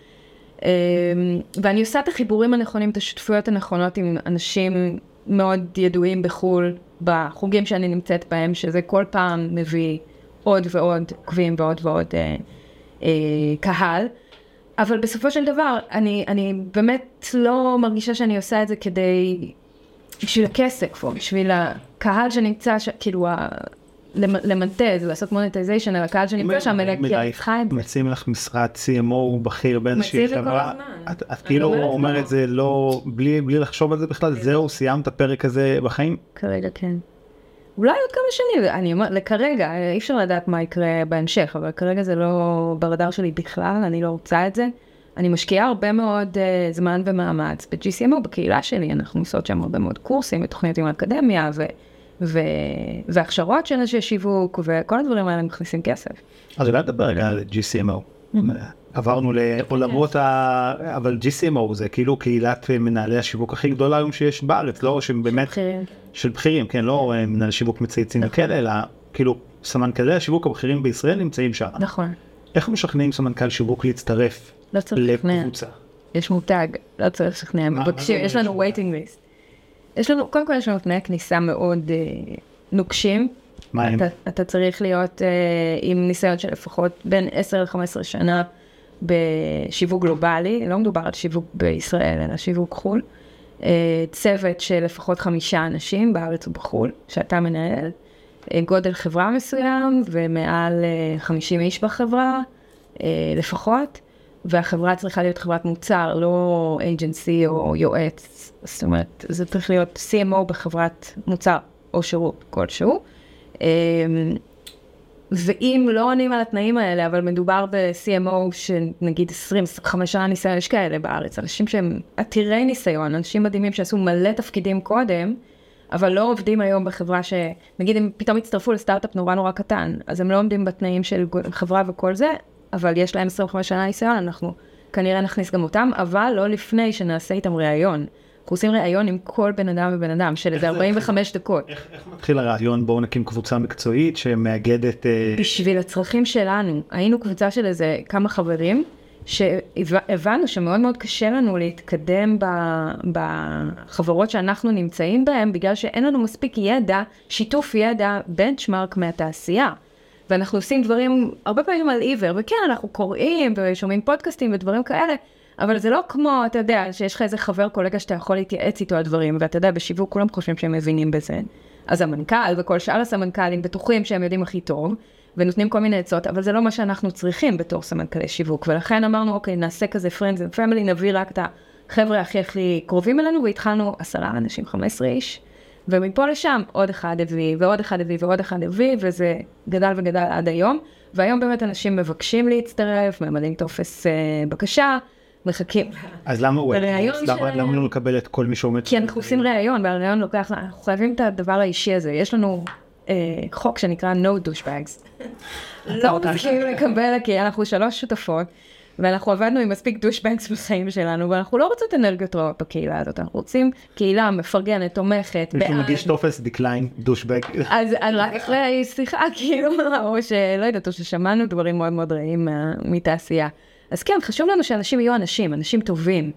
ואני עושה את החיבורים הנכונים, את השותפויות הנכונות עם אנשים מאוד ידועים בחול, בחוגים שאני נמצאת בהם, שזה כל פעם מביא עוד ועוד עוקבים ועוד ועוד קהל. אבל בסופו של דבר, אני באמת לא מרגישה שאני עושה את זה כדי, בשביל הכסף, או בשביל הקהל שנמצא, כאילו, למנטז, לעשות מוניטיזיישן על הקהל שנמצא שם, מציעים לך משרת CMO בכיר בין שהיא חברה, את כאילו אומרת זה לא, בלי לחשוב על זה בכלל, זהו, סיימת הפרק הזה בחיים? כרגע כן. אולי עוד כמה שנים, אני אומרת, לכרגע, אי אפשר לדעת מה יקרה בהמשך, אבל כרגע זה לא ברדאר שלי בכלל, אני לא רוצה את זה. אני משקיעה הרבה מאוד זמן ומאמץ ב-GCMO, בקהילה שלי, אנחנו עושות שם הרבה מאוד קורסים ותוכניות עם האקדמיה, והכשרות של אנשי שיווק, וכל הדברים האלה מכניסים כסף. אז אולי נדבר רגע על GCMO. עברנו לעולמות אבל GCMO זה כאילו קהילת מנהלי השיווק הכי גדולה היום שיש בארץ, לא שבאמת של בכירים, כן, לא מנהלי שיווק מצייצים וכאלה, אלא כאילו סמנכ"לי השיווק הבכירים בישראל נמצאים שם. נכון. איך משכנעים סמנכ"ל שיווק להצטרף לקבוצה? יש מותג, לא צריך לשכנע, יש לנו waiting list. קודם כל יש לנו תנאי כניסה מאוד נוקשים. מה הם? אתה צריך להיות עם ניסיון של לפחות בין 10 ל-15 שנה בשיווק גלובלי, לא מדובר על שיווק בישראל, אלא שיווק חול. צוות של לפחות 5 אנשים בארץ ובחול, שאתה מנהל. גודל חברה מסוים, ומעל 50 איש בחברה, לפחות. והחברה צריכה להיות חברת מוצר, לא agency או יועץ. זאת אומרת, זה צריך להיות CMO בחברת מוצר או שירות כלשהו. ואם לא עונים על התנאים האלה, אבל מדובר ב-CMO שנגיד 25 שנה ניסיון, יש כאלה בארץ, אנשים שהם עתירי ניסיון, אנשים מדהימים שעשו מלא תפקידים קודם, אבל לא עובדים היום בחברה נגיד הם פתאום הצטרפו לסטארט-אפ נורא קטן, אז הם לא עומדים בתנאים של חברה וכל זה, אבל יש להם 25 שנה ניסיון, אנחנו כנראה נכניס גם אותם, אבל לא לפני שנעשה איתם ראיון. אנחנו עושים ראיון עם כל בן אדם ובן אדם, של איזה 45 דקות. איך מתחיל הראיון? בואו נקים קבוצה מקצועית שמאגדת... בשביל הצרכים שלנו, היינו קבוצה של איזה כמה חברים, שהבנו שמאוד מאוד קשה לנו להתקדם בחברות שאנחנו נמצאים בהן, בגלל שאין לנו מספיק ידע, שיתוף ידע, בנצ'מרק מהתעשייה. ואנחנו עושים דברים הרבה פעמים על עיוור, וכן, אנחנו קוראים ושומעים פודקאסטים ודברים כאלה, אבל זה לא כמו, אתה יודע, שיש לך איזה חבר קולגה שאתה יכול להתייעץ איתו על דברים, ואתה יודע, בשיווק כולם חושבים שהם מבינים בזה. אז המנכ"ל וכל שאר הסמנכ"לים בטוחים שהם יודעים הכי טוב, ונותנים כל מיני עצות, אבל זה לא מה שאנחנו צריכים בתור סמנכ"לי שיווק, ולכן אמרנו, אוקיי, נעשה כזה friends and family, נביא רק את החבר'ה הכי קרובים אלינו, והתחלנו 10 אנשים, 15 איש, ומפה לשם עוד אחד הביא, ועוד אחד הביא, ועוד אחד הביא, וזה גדל וגדל עד היום, והיום באמת אנשים מבקשים להצטרף, ממלאים טופס בקשה, מחכים. אז למה לא לקבל את כל מי שעומד? כי אנחנו עושים ראיון, והראיון לוקח, אנחנו חייבים את הדבר האישי הזה. יש לנו חוק שנקרא No Douchebags. לא מסכים לקבל, כי אנחנו 3 שותפות, ואנחנו עבדנו עם מספיק דושבגס בחיים שלנו, ואנחנו לא רוצות אנרגיות רעות בקהילה הזאת, אנחנו רוצים קהילה מפרגנת, תומכת, מישהו מגיש טופס דקליין, דושבג. אז רק אחרי שיחה, כאילו, או שלא יודעת, או ששמענו דברים מאוד מאוד רעים מתעשייה. אז כן, חשוב לנו שאנשים יהיו אנשים טובים,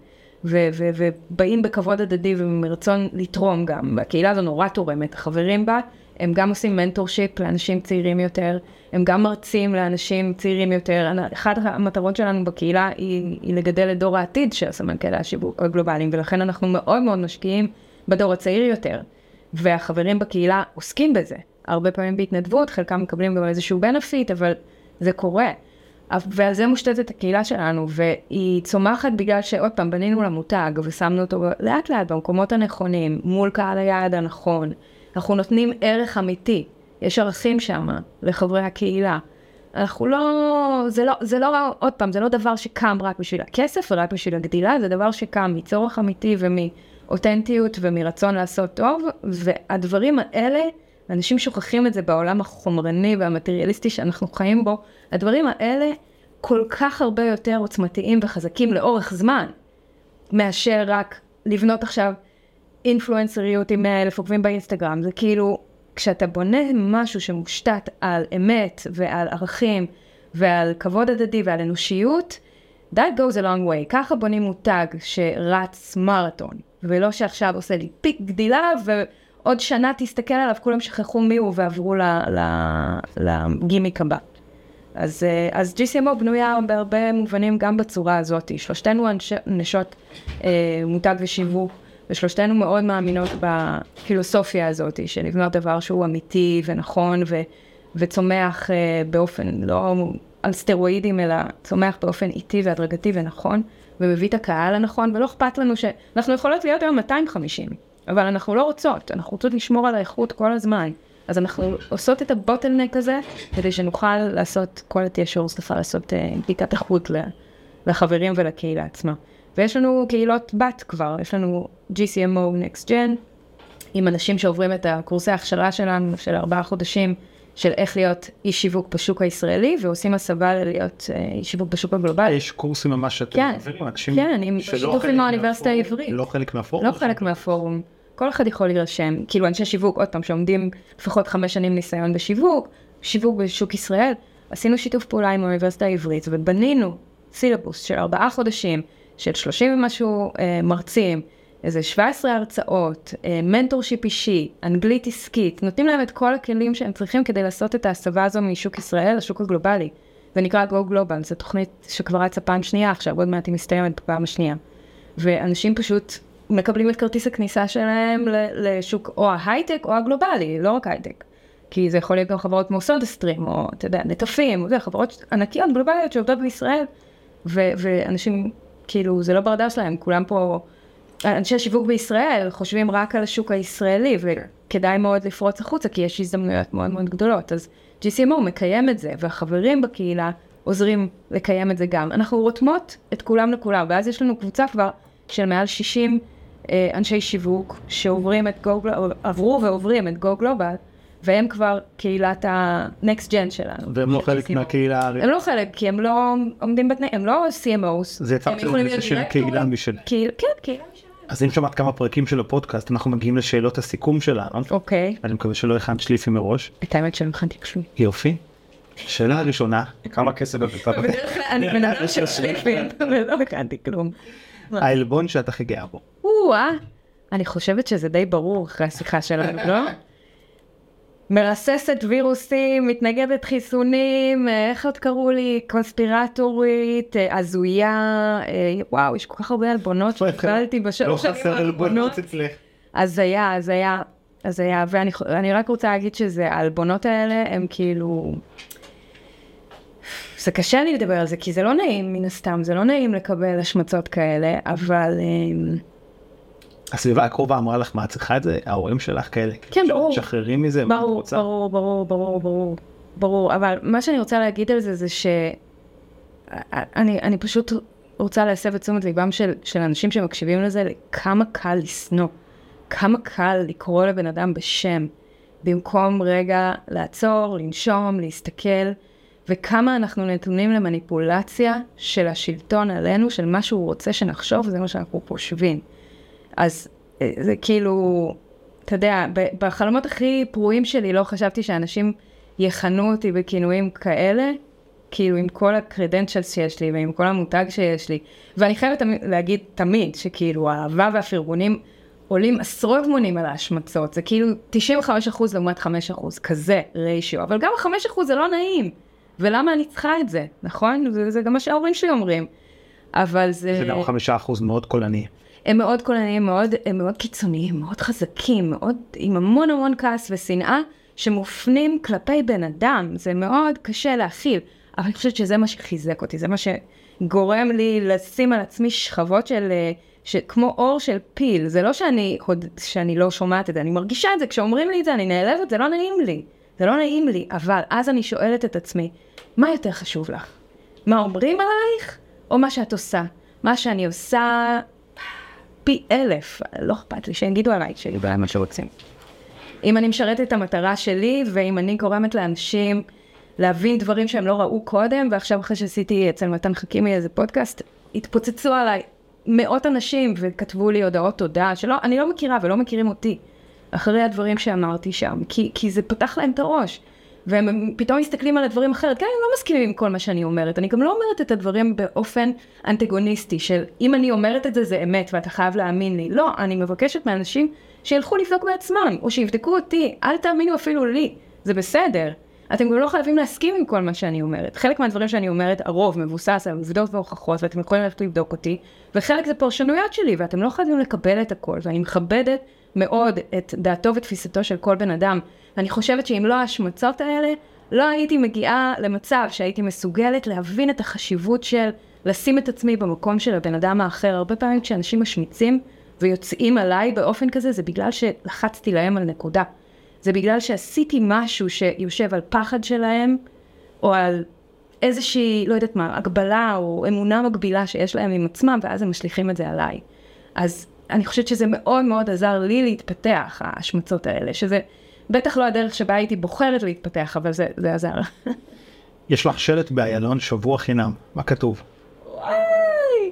ובאים בכבוד הדדי ומרצון לתרום גם. הקהילה הזו נורא תורמת, החברים בה, הם גם עושים מנטורשיפ לאנשים צעירים יותר, הם גם מרצים לאנשים צעירים יותר. אחת המטרות שלנו בקהילה היא לגדל את דור העתיד של סמנכ"לי השיווק הגלובליים, ולכן אנחנו מאוד מאוד משקיעים בדור הצעיר יותר. והחברים בקהילה עוסקים בזה. הרבה פעמים בהתנדבות, חלקם מקבלים גם איזשהו בנפיט, אבל זה קורה. ועל זה מושתתת הקהילה שלנו, והיא צומחת בגלל שעוד פעם בנינו למותג, ושמנו אותו לאט לאט במקומות הנכונים, מול קהל היעד הנכון. אנחנו נותנים ערך אמיתי, יש ערכים שם לחברי הקהילה. אנחנו לא, זה לא, עוד פעם, זה לא דבר שקם רק בשביל הכסף, ורק בשביל הגדילה, זה דבר שקם מצורך אמיתי ומאותנטיות ומרצון לעשות טוב, והדברים האלה, אנשים שוכחים את זה בעולם החומרני והמטריאליסטי שאנחנו חיים בו, הדברים האלה כל כך הרבה יותר עוצמתיים וחזקים לאורך זמן, מאשר רק לבנות עכשיו אינפלואנסריות עם 100,000 עוקבים באינסטגרם. זה כאילו, כשאתה בונה משהו שמושתת על אמת ועל ערכים ועל כבוד הדדי ועל אנושיות, that goes a long way. ככה בונים מותג שרץ מרתון, ולא שעכשיו עושה לי פיק גדילה ועוד שנה תסתכל עליו, כולם שכחו מי הוא ועברו לגימיק הבא. אז GCMO בנויה בהרבה מובנים גם בצורה הזאת. שלושתנו נשות מותג ושיווק, ושלושתנו מאוד מאמינות בפילוסופיה הזאת, של לבנות דבר שהוא אמיתי ונכון וצומח באופן לא על סטרואידים, אלא צומח באופן איטי והדרגתי ונכון, ומביא את הקהל הנכון, ולא אכפת לנו שאנחנו יכולות להיות היום 250, אבל אנחנו לא רוצות, אנחנו רוצות לשמור על האיכות כל הזמן. אז אנחנו עושות את הבוטלנק הזה, כדי שנוכל לעשות quality assurance, לעשות בדיקת איכות לחברים ולקהילה עצמה. ויש לנו קהילות בת כבר, יש לנו GCMO Next Gen, עם אנשים שעוברים את הקורסי ההכשרה שלנו, של 4 חודשים, של איך להיות איש שיווק בשוק הישראלי, ועושים הסבה להיות איש שיווק בשוק הגלובלי. יש קורסים ממש שאתם מעבירים, אנשים בשיתוף עם האוניברסיטה העברית. לא חלק מהפורום? לא חלק מהפורום. כל אחד יכול להירשם, כאילו אנשי שיווק, עוד פעם, שעומדים לפחות 5 שנים ניסיון בשיווק, שיווק בשוק ישראל, עשינו שיתוף פעולה עם האוניברסיטה העברית, ובנינו סילבוס של 4 חודשים, של 30 ומשהו מרצים, איזה 17 הרצאות, מנטורשיפ אישי, אנגלית עסקית, נותנים להם את כל הכלים שהם צריכים כדי לעשות את ההסבה הזו משוק ישראל לשוק הגלובלי. זה נקרא Go Global, זו תוכנית שכבר רצה פעם שנייה, עכשיו עוד מעט היא מסתיימת בפעם השנייה. ואנשים פשוט מקבלים את כרטיס הכניסה שלהם לשוק או ההייטק או הגלובלי, לא רק הייטק. כי זה יכול להיות גם חברות כמו סודסטרים, או אתה יודע, נטפים, חברות ענקיות גלובליות שעובדות בישראל, ואנשים, כאילו, זה לא ברדאר שלהם, כולם פה, אנשי השיווק בישראל חושבים רק על השוק הישראלי, וכדאי מאוד לפרוץ החוצה, כי יש הזדמנויות מאוד מאוד גדולות. אז GCMO מקיים את זה, והחברים בקהילה עוזרים לקיים את זה גם. אנחנו רותמות את כולם לכולם, ואז יש לנו קבוצה כבר של מעל 60 אנשי שיווק, שעוברים את עברו ועוברים את Go Global, והם כבר קהילת ה-Next Gen שלנו. והם לא חלק מהקהילה. הם לא חלק, כי הם לא עומדים בתנאים, הם לא CMOs. זה של קהילה משל. כן, קהילה משל. אז אם שמעת כמה פרקים של הפודקאסט, אנחנו מגיעים לשאלות הסיכום שלנו. אוקיי. אני מקווה שלא הכנת שליפי מראש. את האמת שלא הכנתי כלום. יופי. שאלה הראשונה, כמה כסף בבית? בדרך כלל אני מנהל של שליפים, ולא הכנתי כלום. העלבון שאתה הכי גאה בו. אני חושבת שזה די ברור אחרי השיחה שלנו, לא? מרססת וירוסים, מתנגדת חיסונים, איך עוד קראו לי? קונספירטורית, הזויה, וואו, יש כל כך הרבה אלבונות שקיבלתי בשלוש שנים האחרונות. לא חסר אלבונות אצלך. אז היה, ואני רק רוצה להגיד שזה, האלבונות האלה הם כאילו, זה קשה לי לדבר על זה, כי זה לא נעים מן הסתם, זה לא נעים לקבל השמצות כאלה, אבל הסביבה הקרובה אמרה לך מה צריכה את זה, ההורים שלך כאלה, כן, ברור. שחררים מזה, ברור, אבל מה שאני רוצה להגיד על זה, זה שאני פשוט רוצה להסב את תשומת ליבם של אנשים שמקשיבים לזה, כמה קל לסנוע, כמה קל לקרוא לבן אדם בשם, במקום רגע לעצור, לנשום, להסתכל, וכמה אנחנו נתונים למניפולציה של השלטון עלינו, של מה שהוא רוצה שנחשוב, זה מה שאנחנו חושבים. אז זה כאילו, אתה יודע, בחלומות הכי פרועים שלי לא חשבתי שאנשים יכנו אותי בכינויים כאלה, כאילו עם כל הקרדנצ'לס שיש לי ועם כל המותג שיש לי. ואני חייבת להגיד תמיד שכאילו האהבה והפרגונים עולים עשרות מונים על ההשמצות. זה כאילו 95% לעומת 5%, כזה ריישיו. אבל גם 5% זה לא נעים. ולמה אני צריכה את זה, נכון? זה גם מה שההורים שלי אומרים. אבל זה גם 5% מאוד קולני. הם מאוד קולניים, הם מאוד קיצוניים, מאוד חזקים, מאוד עם המון כעס ושנאה שמופנים כלפי בן אדם. זה מאוד קשה להכיל, אבל אני חושבת שזה מה שחיזק אותי, זה מה שגורם לי לשים על עצמי שכבות כמו אור של פיל. זה לא שאני לא שומעת את זה, אני מרגישה את זה, כשאומרים לי את זה אני נעלבת, זה לא נעים לי, אבל אז אני שואלת את עצמי, מה יותר חשוב לך? מה אומרים עלייך, או מה שאת עושה? מה שאני עושה פי 1000, לא אכפת לי שיגידו עליי, שיגידו עליי מה שרוצים. אם אני משרתת את המטרה שלי, ואם אני גורמת לאנשים להבין דברים שהם לא ראו קודם, ועכשיו אחרי שעשיתי אצל מתן חכימי איזה פודקאסט, התפוצצו עליי מאות אנשים וכתבו לי הודעות תודה, אני לא מכירה ולא מכירים אותי, אחרי הדברים שאמרתי שם, כי זה פתח להם את הראש, והם פתאום מסתכלים על הדברים אחרת, גם הם לא מסכימים עם כל מה שאני אומרת, אני גם לא אומרת את הדברים באופן אנטגוניסטי, של אם אני אומרת את זה, זה אמת, ואתה חייב להאמין לי. לא, אני מבקשת מאנשים שילכו לבדוק בעצמם, או שיבדקו אותי, אל תאמינו אפילו לי, זה בסדר. אתם גם לא חייבים להסכים עם כל מה שאני אומרת. חלק מהדברים שאני אומרת, הרוב מבוסס על עובדות והוכחות, ואתם יכולים ללכת לבדוק אותי, וחלק זה פרשנויות שלי, ואתם לא חייבים לקבל את הכל, ואני מכבדת מאוד את דעתו ותפיסתו של כל בן אדם. ואני חושבת שאם לא ההשמצות האלה, לא הייתי מגיעה למצב שהייתי מסוגלת להבין את החשיבות של לשים את עצמי במקום של הבן אדם האחר. הרבה פעמים כשאנשים משמיצים ויוצאים עליי באופן כזה, זה בגלל שלחצתי להם על נקודה. זה בגלל שעשיתי משהו שיושב על פחד שלהם, או על איזושהי, לא יודעת מה, הגבלה או אמונה מגבילה שיש להם עם עצמם, ואז הם משליכים את זה עליי. אז אני חושבת שזה מאוד מאוד עזר לי להתפתח, ההשמצות האלה, שזה בטח לא הדרך שבה הייתי בוחרת להתפתח, אבל זה עזר. יש לך שלט באיילון, שבוע חינם. מה כתוב? וואי!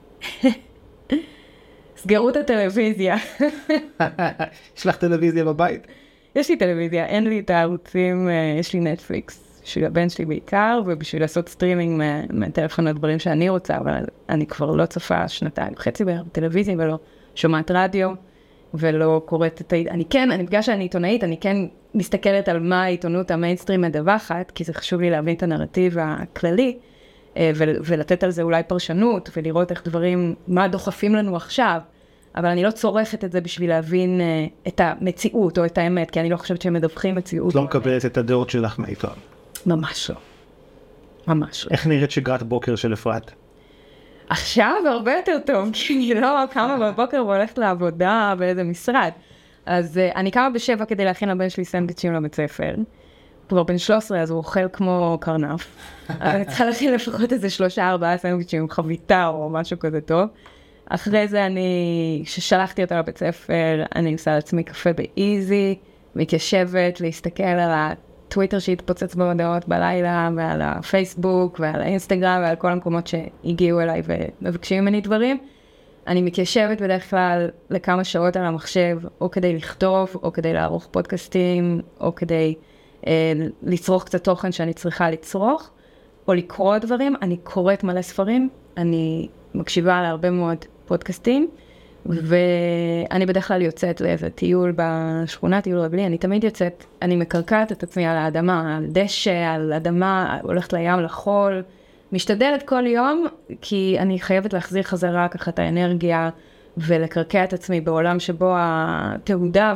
סגרו את הטלוויזיה. יש לך טלוויזיה בבית? יש לי טלוויזיה, אין לי את הערוצים, יש לי נטפליקס, בשביל הבן שלי בעיקר, ובשביל לעשות סטרימינג מהטלפון לדברים שאני רוצה, אבל אני כבר לא צופה 2.5 בטלוויזיה, ולא שומעת רדיו, ולא קוראת את אני בגלל שאני עיתונאית, אני כן מסתכלת על מה העיתונות המיינסטרים מדווחת, כי זה חשוב לי להבין את הנרטיב הכללי, ולתת על זה אולי פרשנות, ולראות איך דברים, מה דוחפים לנו עכשיו, אבל אני לא צורכת את זה בשביל להבין את המציאות או את האמת, כי אני לא חושבת שהם מדווחים מציאות. את לא מקבלת את הדעות שלך מהעיתון. ממש לא. ממש לא. איך נראית שגרת בוקר של אפרת? עכשיו הרבה יותר טוב, כי אני לא קמה בבוקר והולכת לעבודה באיזה משרד. אז אני קמה ב7 כדי להכין לבן שלי סנדוויצ'ים לבית ספר. כבר בן 13, אז הוא אוכל כמו קרנף. אני צריכה להכין לפחות איזה 3-4 סנדוויצ'ים עם חביתה או משהו כזה טוב. אחרי זה כששלחתי אותה לבית ספר, אני עושה לעצמי קפה באיזי, מתיישבת להסתכל על הטוויטר שהתפוצץ בהודעות בלילה, ועל הפייסבוק, ועל האינסטגרם, ועל כל המקומות שהגיעו אליי ומבקשים ממני דברים. אני מתיישבת בדרך כלל לכמה שעות על המחשב, או כדי לכתוב, או כדי לערוך פודקאסטים, או כדי לצרוך קצת תוכן שאני צריכה לצרוך, או לקרוא דברים. אני קוראת מלא ספרים, אני מקשיבה להרבה מאוד פודקאסטים, ואני בדרך כלל יוצאת לאיזה טיול בשכונה, טיול רגלי, אני תמיד יוצאת, אני מקרקעת את עצמי על האדמה, על דשא, על אדמה, הולכת לים לחול, משתדלת כל יום, כי אני חייבת להחזיר חזרה ככה את האנרגיה, ולקרקע את עצמי בעולם שבו התעודה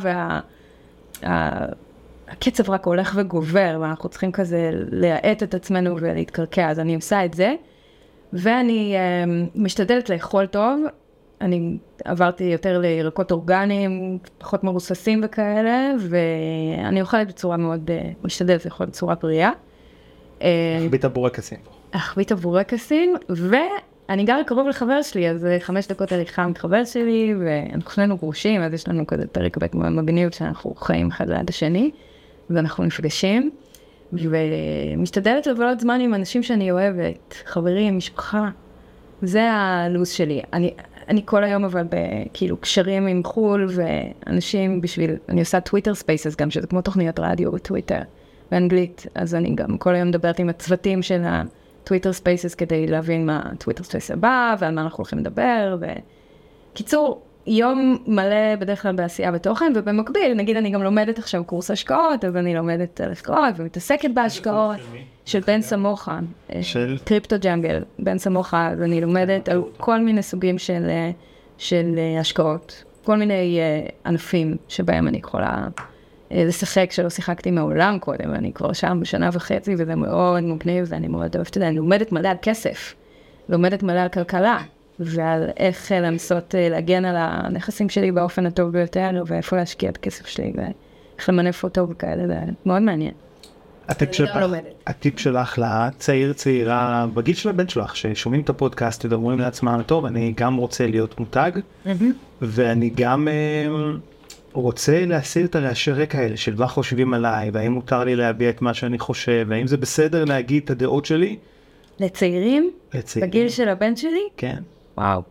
הקצב רק הולך וגובר, ואנחנו צריכים כזה להאט את עצמנו ולהתקרקע, אז אני עושה את זה, ואני משתדלת לאכול טוב, אני עברתי יותר לירקות אורגניים, פחות מרוססים וכאלה, ואני אוכלת בצורה מאוד, משתדלת לאכול בצורה בריאה. החבית הבורקסים. החבית הבורקסים, ואני גרה קרוב לחבר שלי, אז 5 דקות הליכה מחבר שלי, ואנחנו שנינו גרושים, אז יש לנו כזה פרק מגניב שאנחנו חיים אחד ליד השני, ואנחנו נפגשים, ומשתדלת לבלות זמן עם אנשים שאני אוהבת, חברים, משפחה, זה הלו"ז שלי. אני כל היום אבל כאילו קשרים עם חול ואנשים בשביל, אני עושה טוויטר ספייסס גם, שזה כמו תוכניות רדיו בטוויטר, באנגלית, אז אני גם כל היום מדברת עם הצוותים של הטוויטר ספייסס כדי להבין מה הטוויטר ספייס הבא ועל מה אנחנו הולכים לדבר, וקיצור, יום מלא בדרך כלל בעשייה בתוכן, ובמקביל, נגיד אני גם לומדת עכשיו קורס השקעות, אז אני לומדת השקעות ומתעסקת בהשקעות של בן סמוכה, של קריפטו ג'אנגל, בן סמוכה, אז אני לומדת על כל מיני סוגים של השקעות, כל מיני ענפים שבהם אני יכולה לשחק שלא שיחקתי מעולם קודם, ואני כבר שם בשנה וחצי, וזה מאוד מגניב, ואני מאוד אוהבת את זה, אני לומדת מלא על כסף, לומדת מלא על כלכלה, ועל איך לנסות להגן על הנכסים שלי באופן הטוב ביותר, ואיפה להשקיע את הכסף שלי, ואיך למנף אותו וכאלה, זה מאוד מעניין. הטיפ שלך לצעיר צעירה בגיל של הבן שלך, ששומעים את הפודקאסט ודברים לעצמם, טוב, אני גם רוצה להיות מותג, ואני גם רוצה להסיר את הרעשי רקע האלה של מה חושבים עליי, והאם מותר לי להביע את מה שאני חושב, והאם זה בסדר להגיד את הדעות שלי. לצעירים? בגיל של הבן שלי? כן. וואו.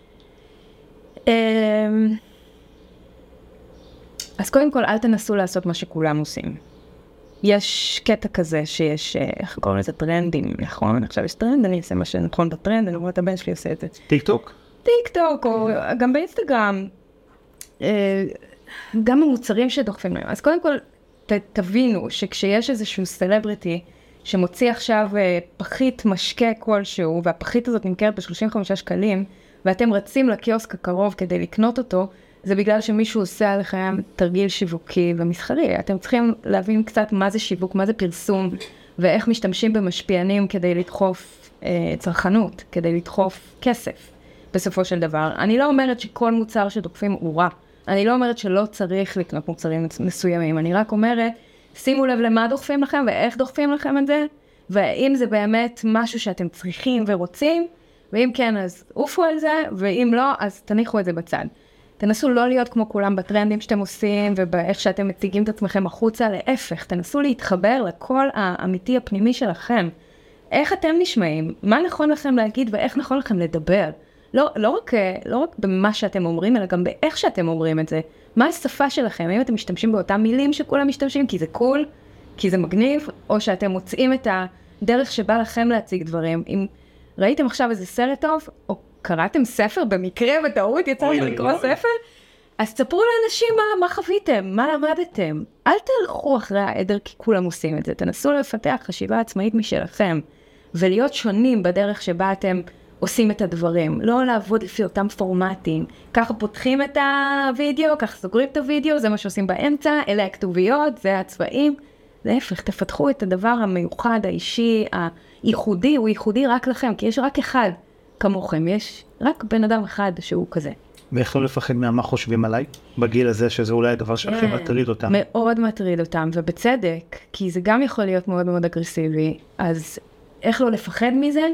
אז קודם כל, אל תנסו לעשות מה שכולם עושים. יש קטע כזה שיש, איך קוראים לזה טרנדים, נכון? עכשיו יש טרנד, אני אעשה מה שנכון בטרנד, אני רואה את הבן שלי עושה את זה. טיק טוק? טיק טוק, או גם באינסטגרם. גם המוצרים שדוחפים להם. אז קודם כל, תבינו שכשיש איזשהו סלבריטי, שמוציא עכשיו פחית משקה כלשהו, והפחית הזאת נמכרת ב-35 שקלים, ואתם רצים לקיוסק הקרוב כדי לקנות אותו, זה בגלל שמישהו עושה עליכם תרגיל שיווקי ומסחרי. אתם צריכים להבין קצת מה זה שיווק, מה זה פרסום, ואיך משתמשים במשפיענים כדי לדחוף צרכנות, כדי לדחוף כסף, בסופו של דבר. אני לא אומרת שכל מוצר שדוחפים הוא רע. אני לא אומרת שלא צריך לקנות מוצרים מסוימים. אני רק אומרת, שימו לב למה דוחפים לכם ואיך דוחפים לכם את זה, ואם זה באמת משהו שאתם צריכים ורוצים, ואם כן, אז עופו על זה, ואם לא, אז תניחו את זה בצד. תנסו לא להיות כמו כולם בטרנדים שאתם עושים, ובאיך שאתם מציגים את עצמכם החוצה, להפך, תנסו להתחבר לקול האמיתי הפנימי שלכם. איך אתם נשמעים? מה נכון לכם להגיד ואיך נכון לכם לדבר? לא רק במה שאתם אומרים, אלא גם באיך שאתם אומרים את זה. מה השפה שלכם? האם אתם משתמשים באותם מילים שכולם משתמשים? כי זה קול, כי זה מגניב, או שאתם מוצאים את הדרך שבא לכם להציג דברים. אם ראיתם עכשיו איזה סרט טוב, או קראתם ספר במקרה בטעות, יצא לכם לקרוא ספר, אז תספרו לאנשים מה חוויתם, מה למדתם. אל תלכו אחרי העדר כי כולם עושים את זה. תנסו לפתח חשיבה עצמאית משלכם, ולהיות שונים בדרך שבה אתם עושים את הדברים, לא לעבוד לפי אותם פורמטים. ככה פותחים את הוידאו, ככה סוגרים את הוידאו, זה מה שעושים באמצע, אלה הכתוביות, זה הצבעים. להפך, תפתחו את הדבר המיוחד, האישי, הייחודי, הוא ייחודי רק לכם, כי יש רק אחד כמוכם, יש רק בן אדם אחד שהוא כזה. ואיך לא לפחד מה חושבים עליי בגיל הזה, שזה אולי הדבר שהכי מטריד אותם? מאוד מטריד אותם, ובצדק, כי זה גם יכול להיות מאוד מאוד אגרסיבי, אז איך לא לפחד מזה?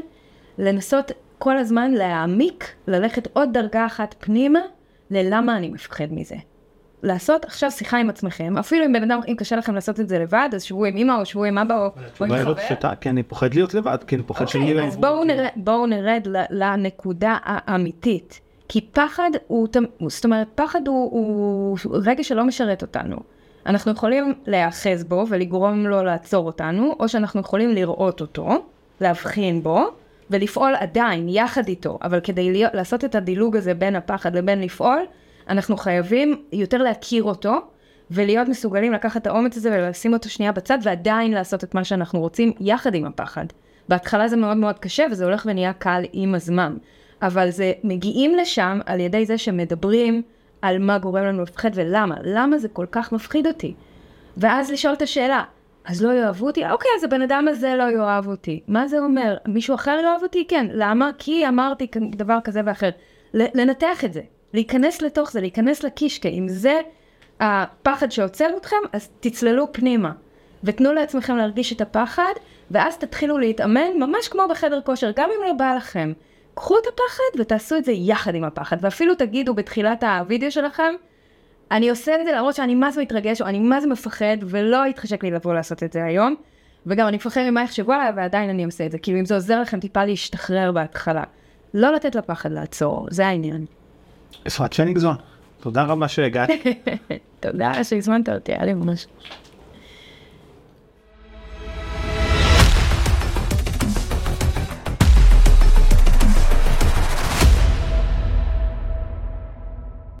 לנסות כל הזמן להעמיק, ללכת עוד דרגה אחת פנימה, ללמה אני מפחד מזה. לעשות עכשיו שיחה עם עצמכם, אפילו אם בן אדם, אם קשה לכם לעשות את זה לבד, אז שבו עם אמא או שבו עם אבא או עם חבר. כי אני פוחד להיות לבד, כי אני פוחד שאני... אז בואו נרד לנקודה האמיתית. כי פחד הוא, זאת אומרת, פחד הוא רגע שלא משרת אותנו. אנחנו יכולים להיאחז בו ולגרום לו לעצור אותנו, או שאנחנו יכולים לראות אותו, להבחין בו, ולפעול עדיין, יחד איתו, אבל כדי לעשות את הדילוג הזה בין הפחד לבין לפעול, אנחנו חייבים יותר להכיר אותו, ולהיות מסוגלים לקחת את האומץ הזה ולשים אותו שנייה בצד, ועדיין לעשות את מה שאנחנו רוצים יחד עם הפחד. בהתחלה זה מאוד מאוד קשה, וזה הולך ונהיה קל עם הזמן. אבל זה מגיעים לשם על ידי זה שמדברים על מה גורם לנו לפחד ולמה. למה זה כל כך מפחיד אותי? ואז לשאול את השאלה, אז לא יאהבו אותי? אוקיי, אז הבן אדם הזה לא יאהב אותי. מה זה אומר? מישהו אחר יאהב אותי? כן. למה? כי אמרתי דבר כזה ואחר. לנתח את זה. להיכנס לתוך זה, להיכנס לקישקע. אם זה הפחד שעוצר אתכם, אז תצללו פנימה. ותנו לעצמכם להרגיש את הפחד, ואז תתחילו להתאמן ממש כמו בחדר כושר, גם אם לא בא לכם. קחו את הפחד ותעשו את זה יחד עם הפחד, ואפילו תגידו בתחילת הווידאו שלכם, אני עושה את זה למרות שאני מה זה מתרגש, או אני מה זה מפחד, ולא יתחשק לי לבוא לעשות את זה היום, וגם אני מפחד ממה יחשבו עליי, ועדיין אני עושה את זה, כאילו אם זה עוזר לכם טיפה להשתחרר בהתחלה. לא לתת לפחד לעצור, זה העניין. אפרת פניגזון, תודה רבה שהגעת. תודה שהזמנת אותי, היה לי ממש.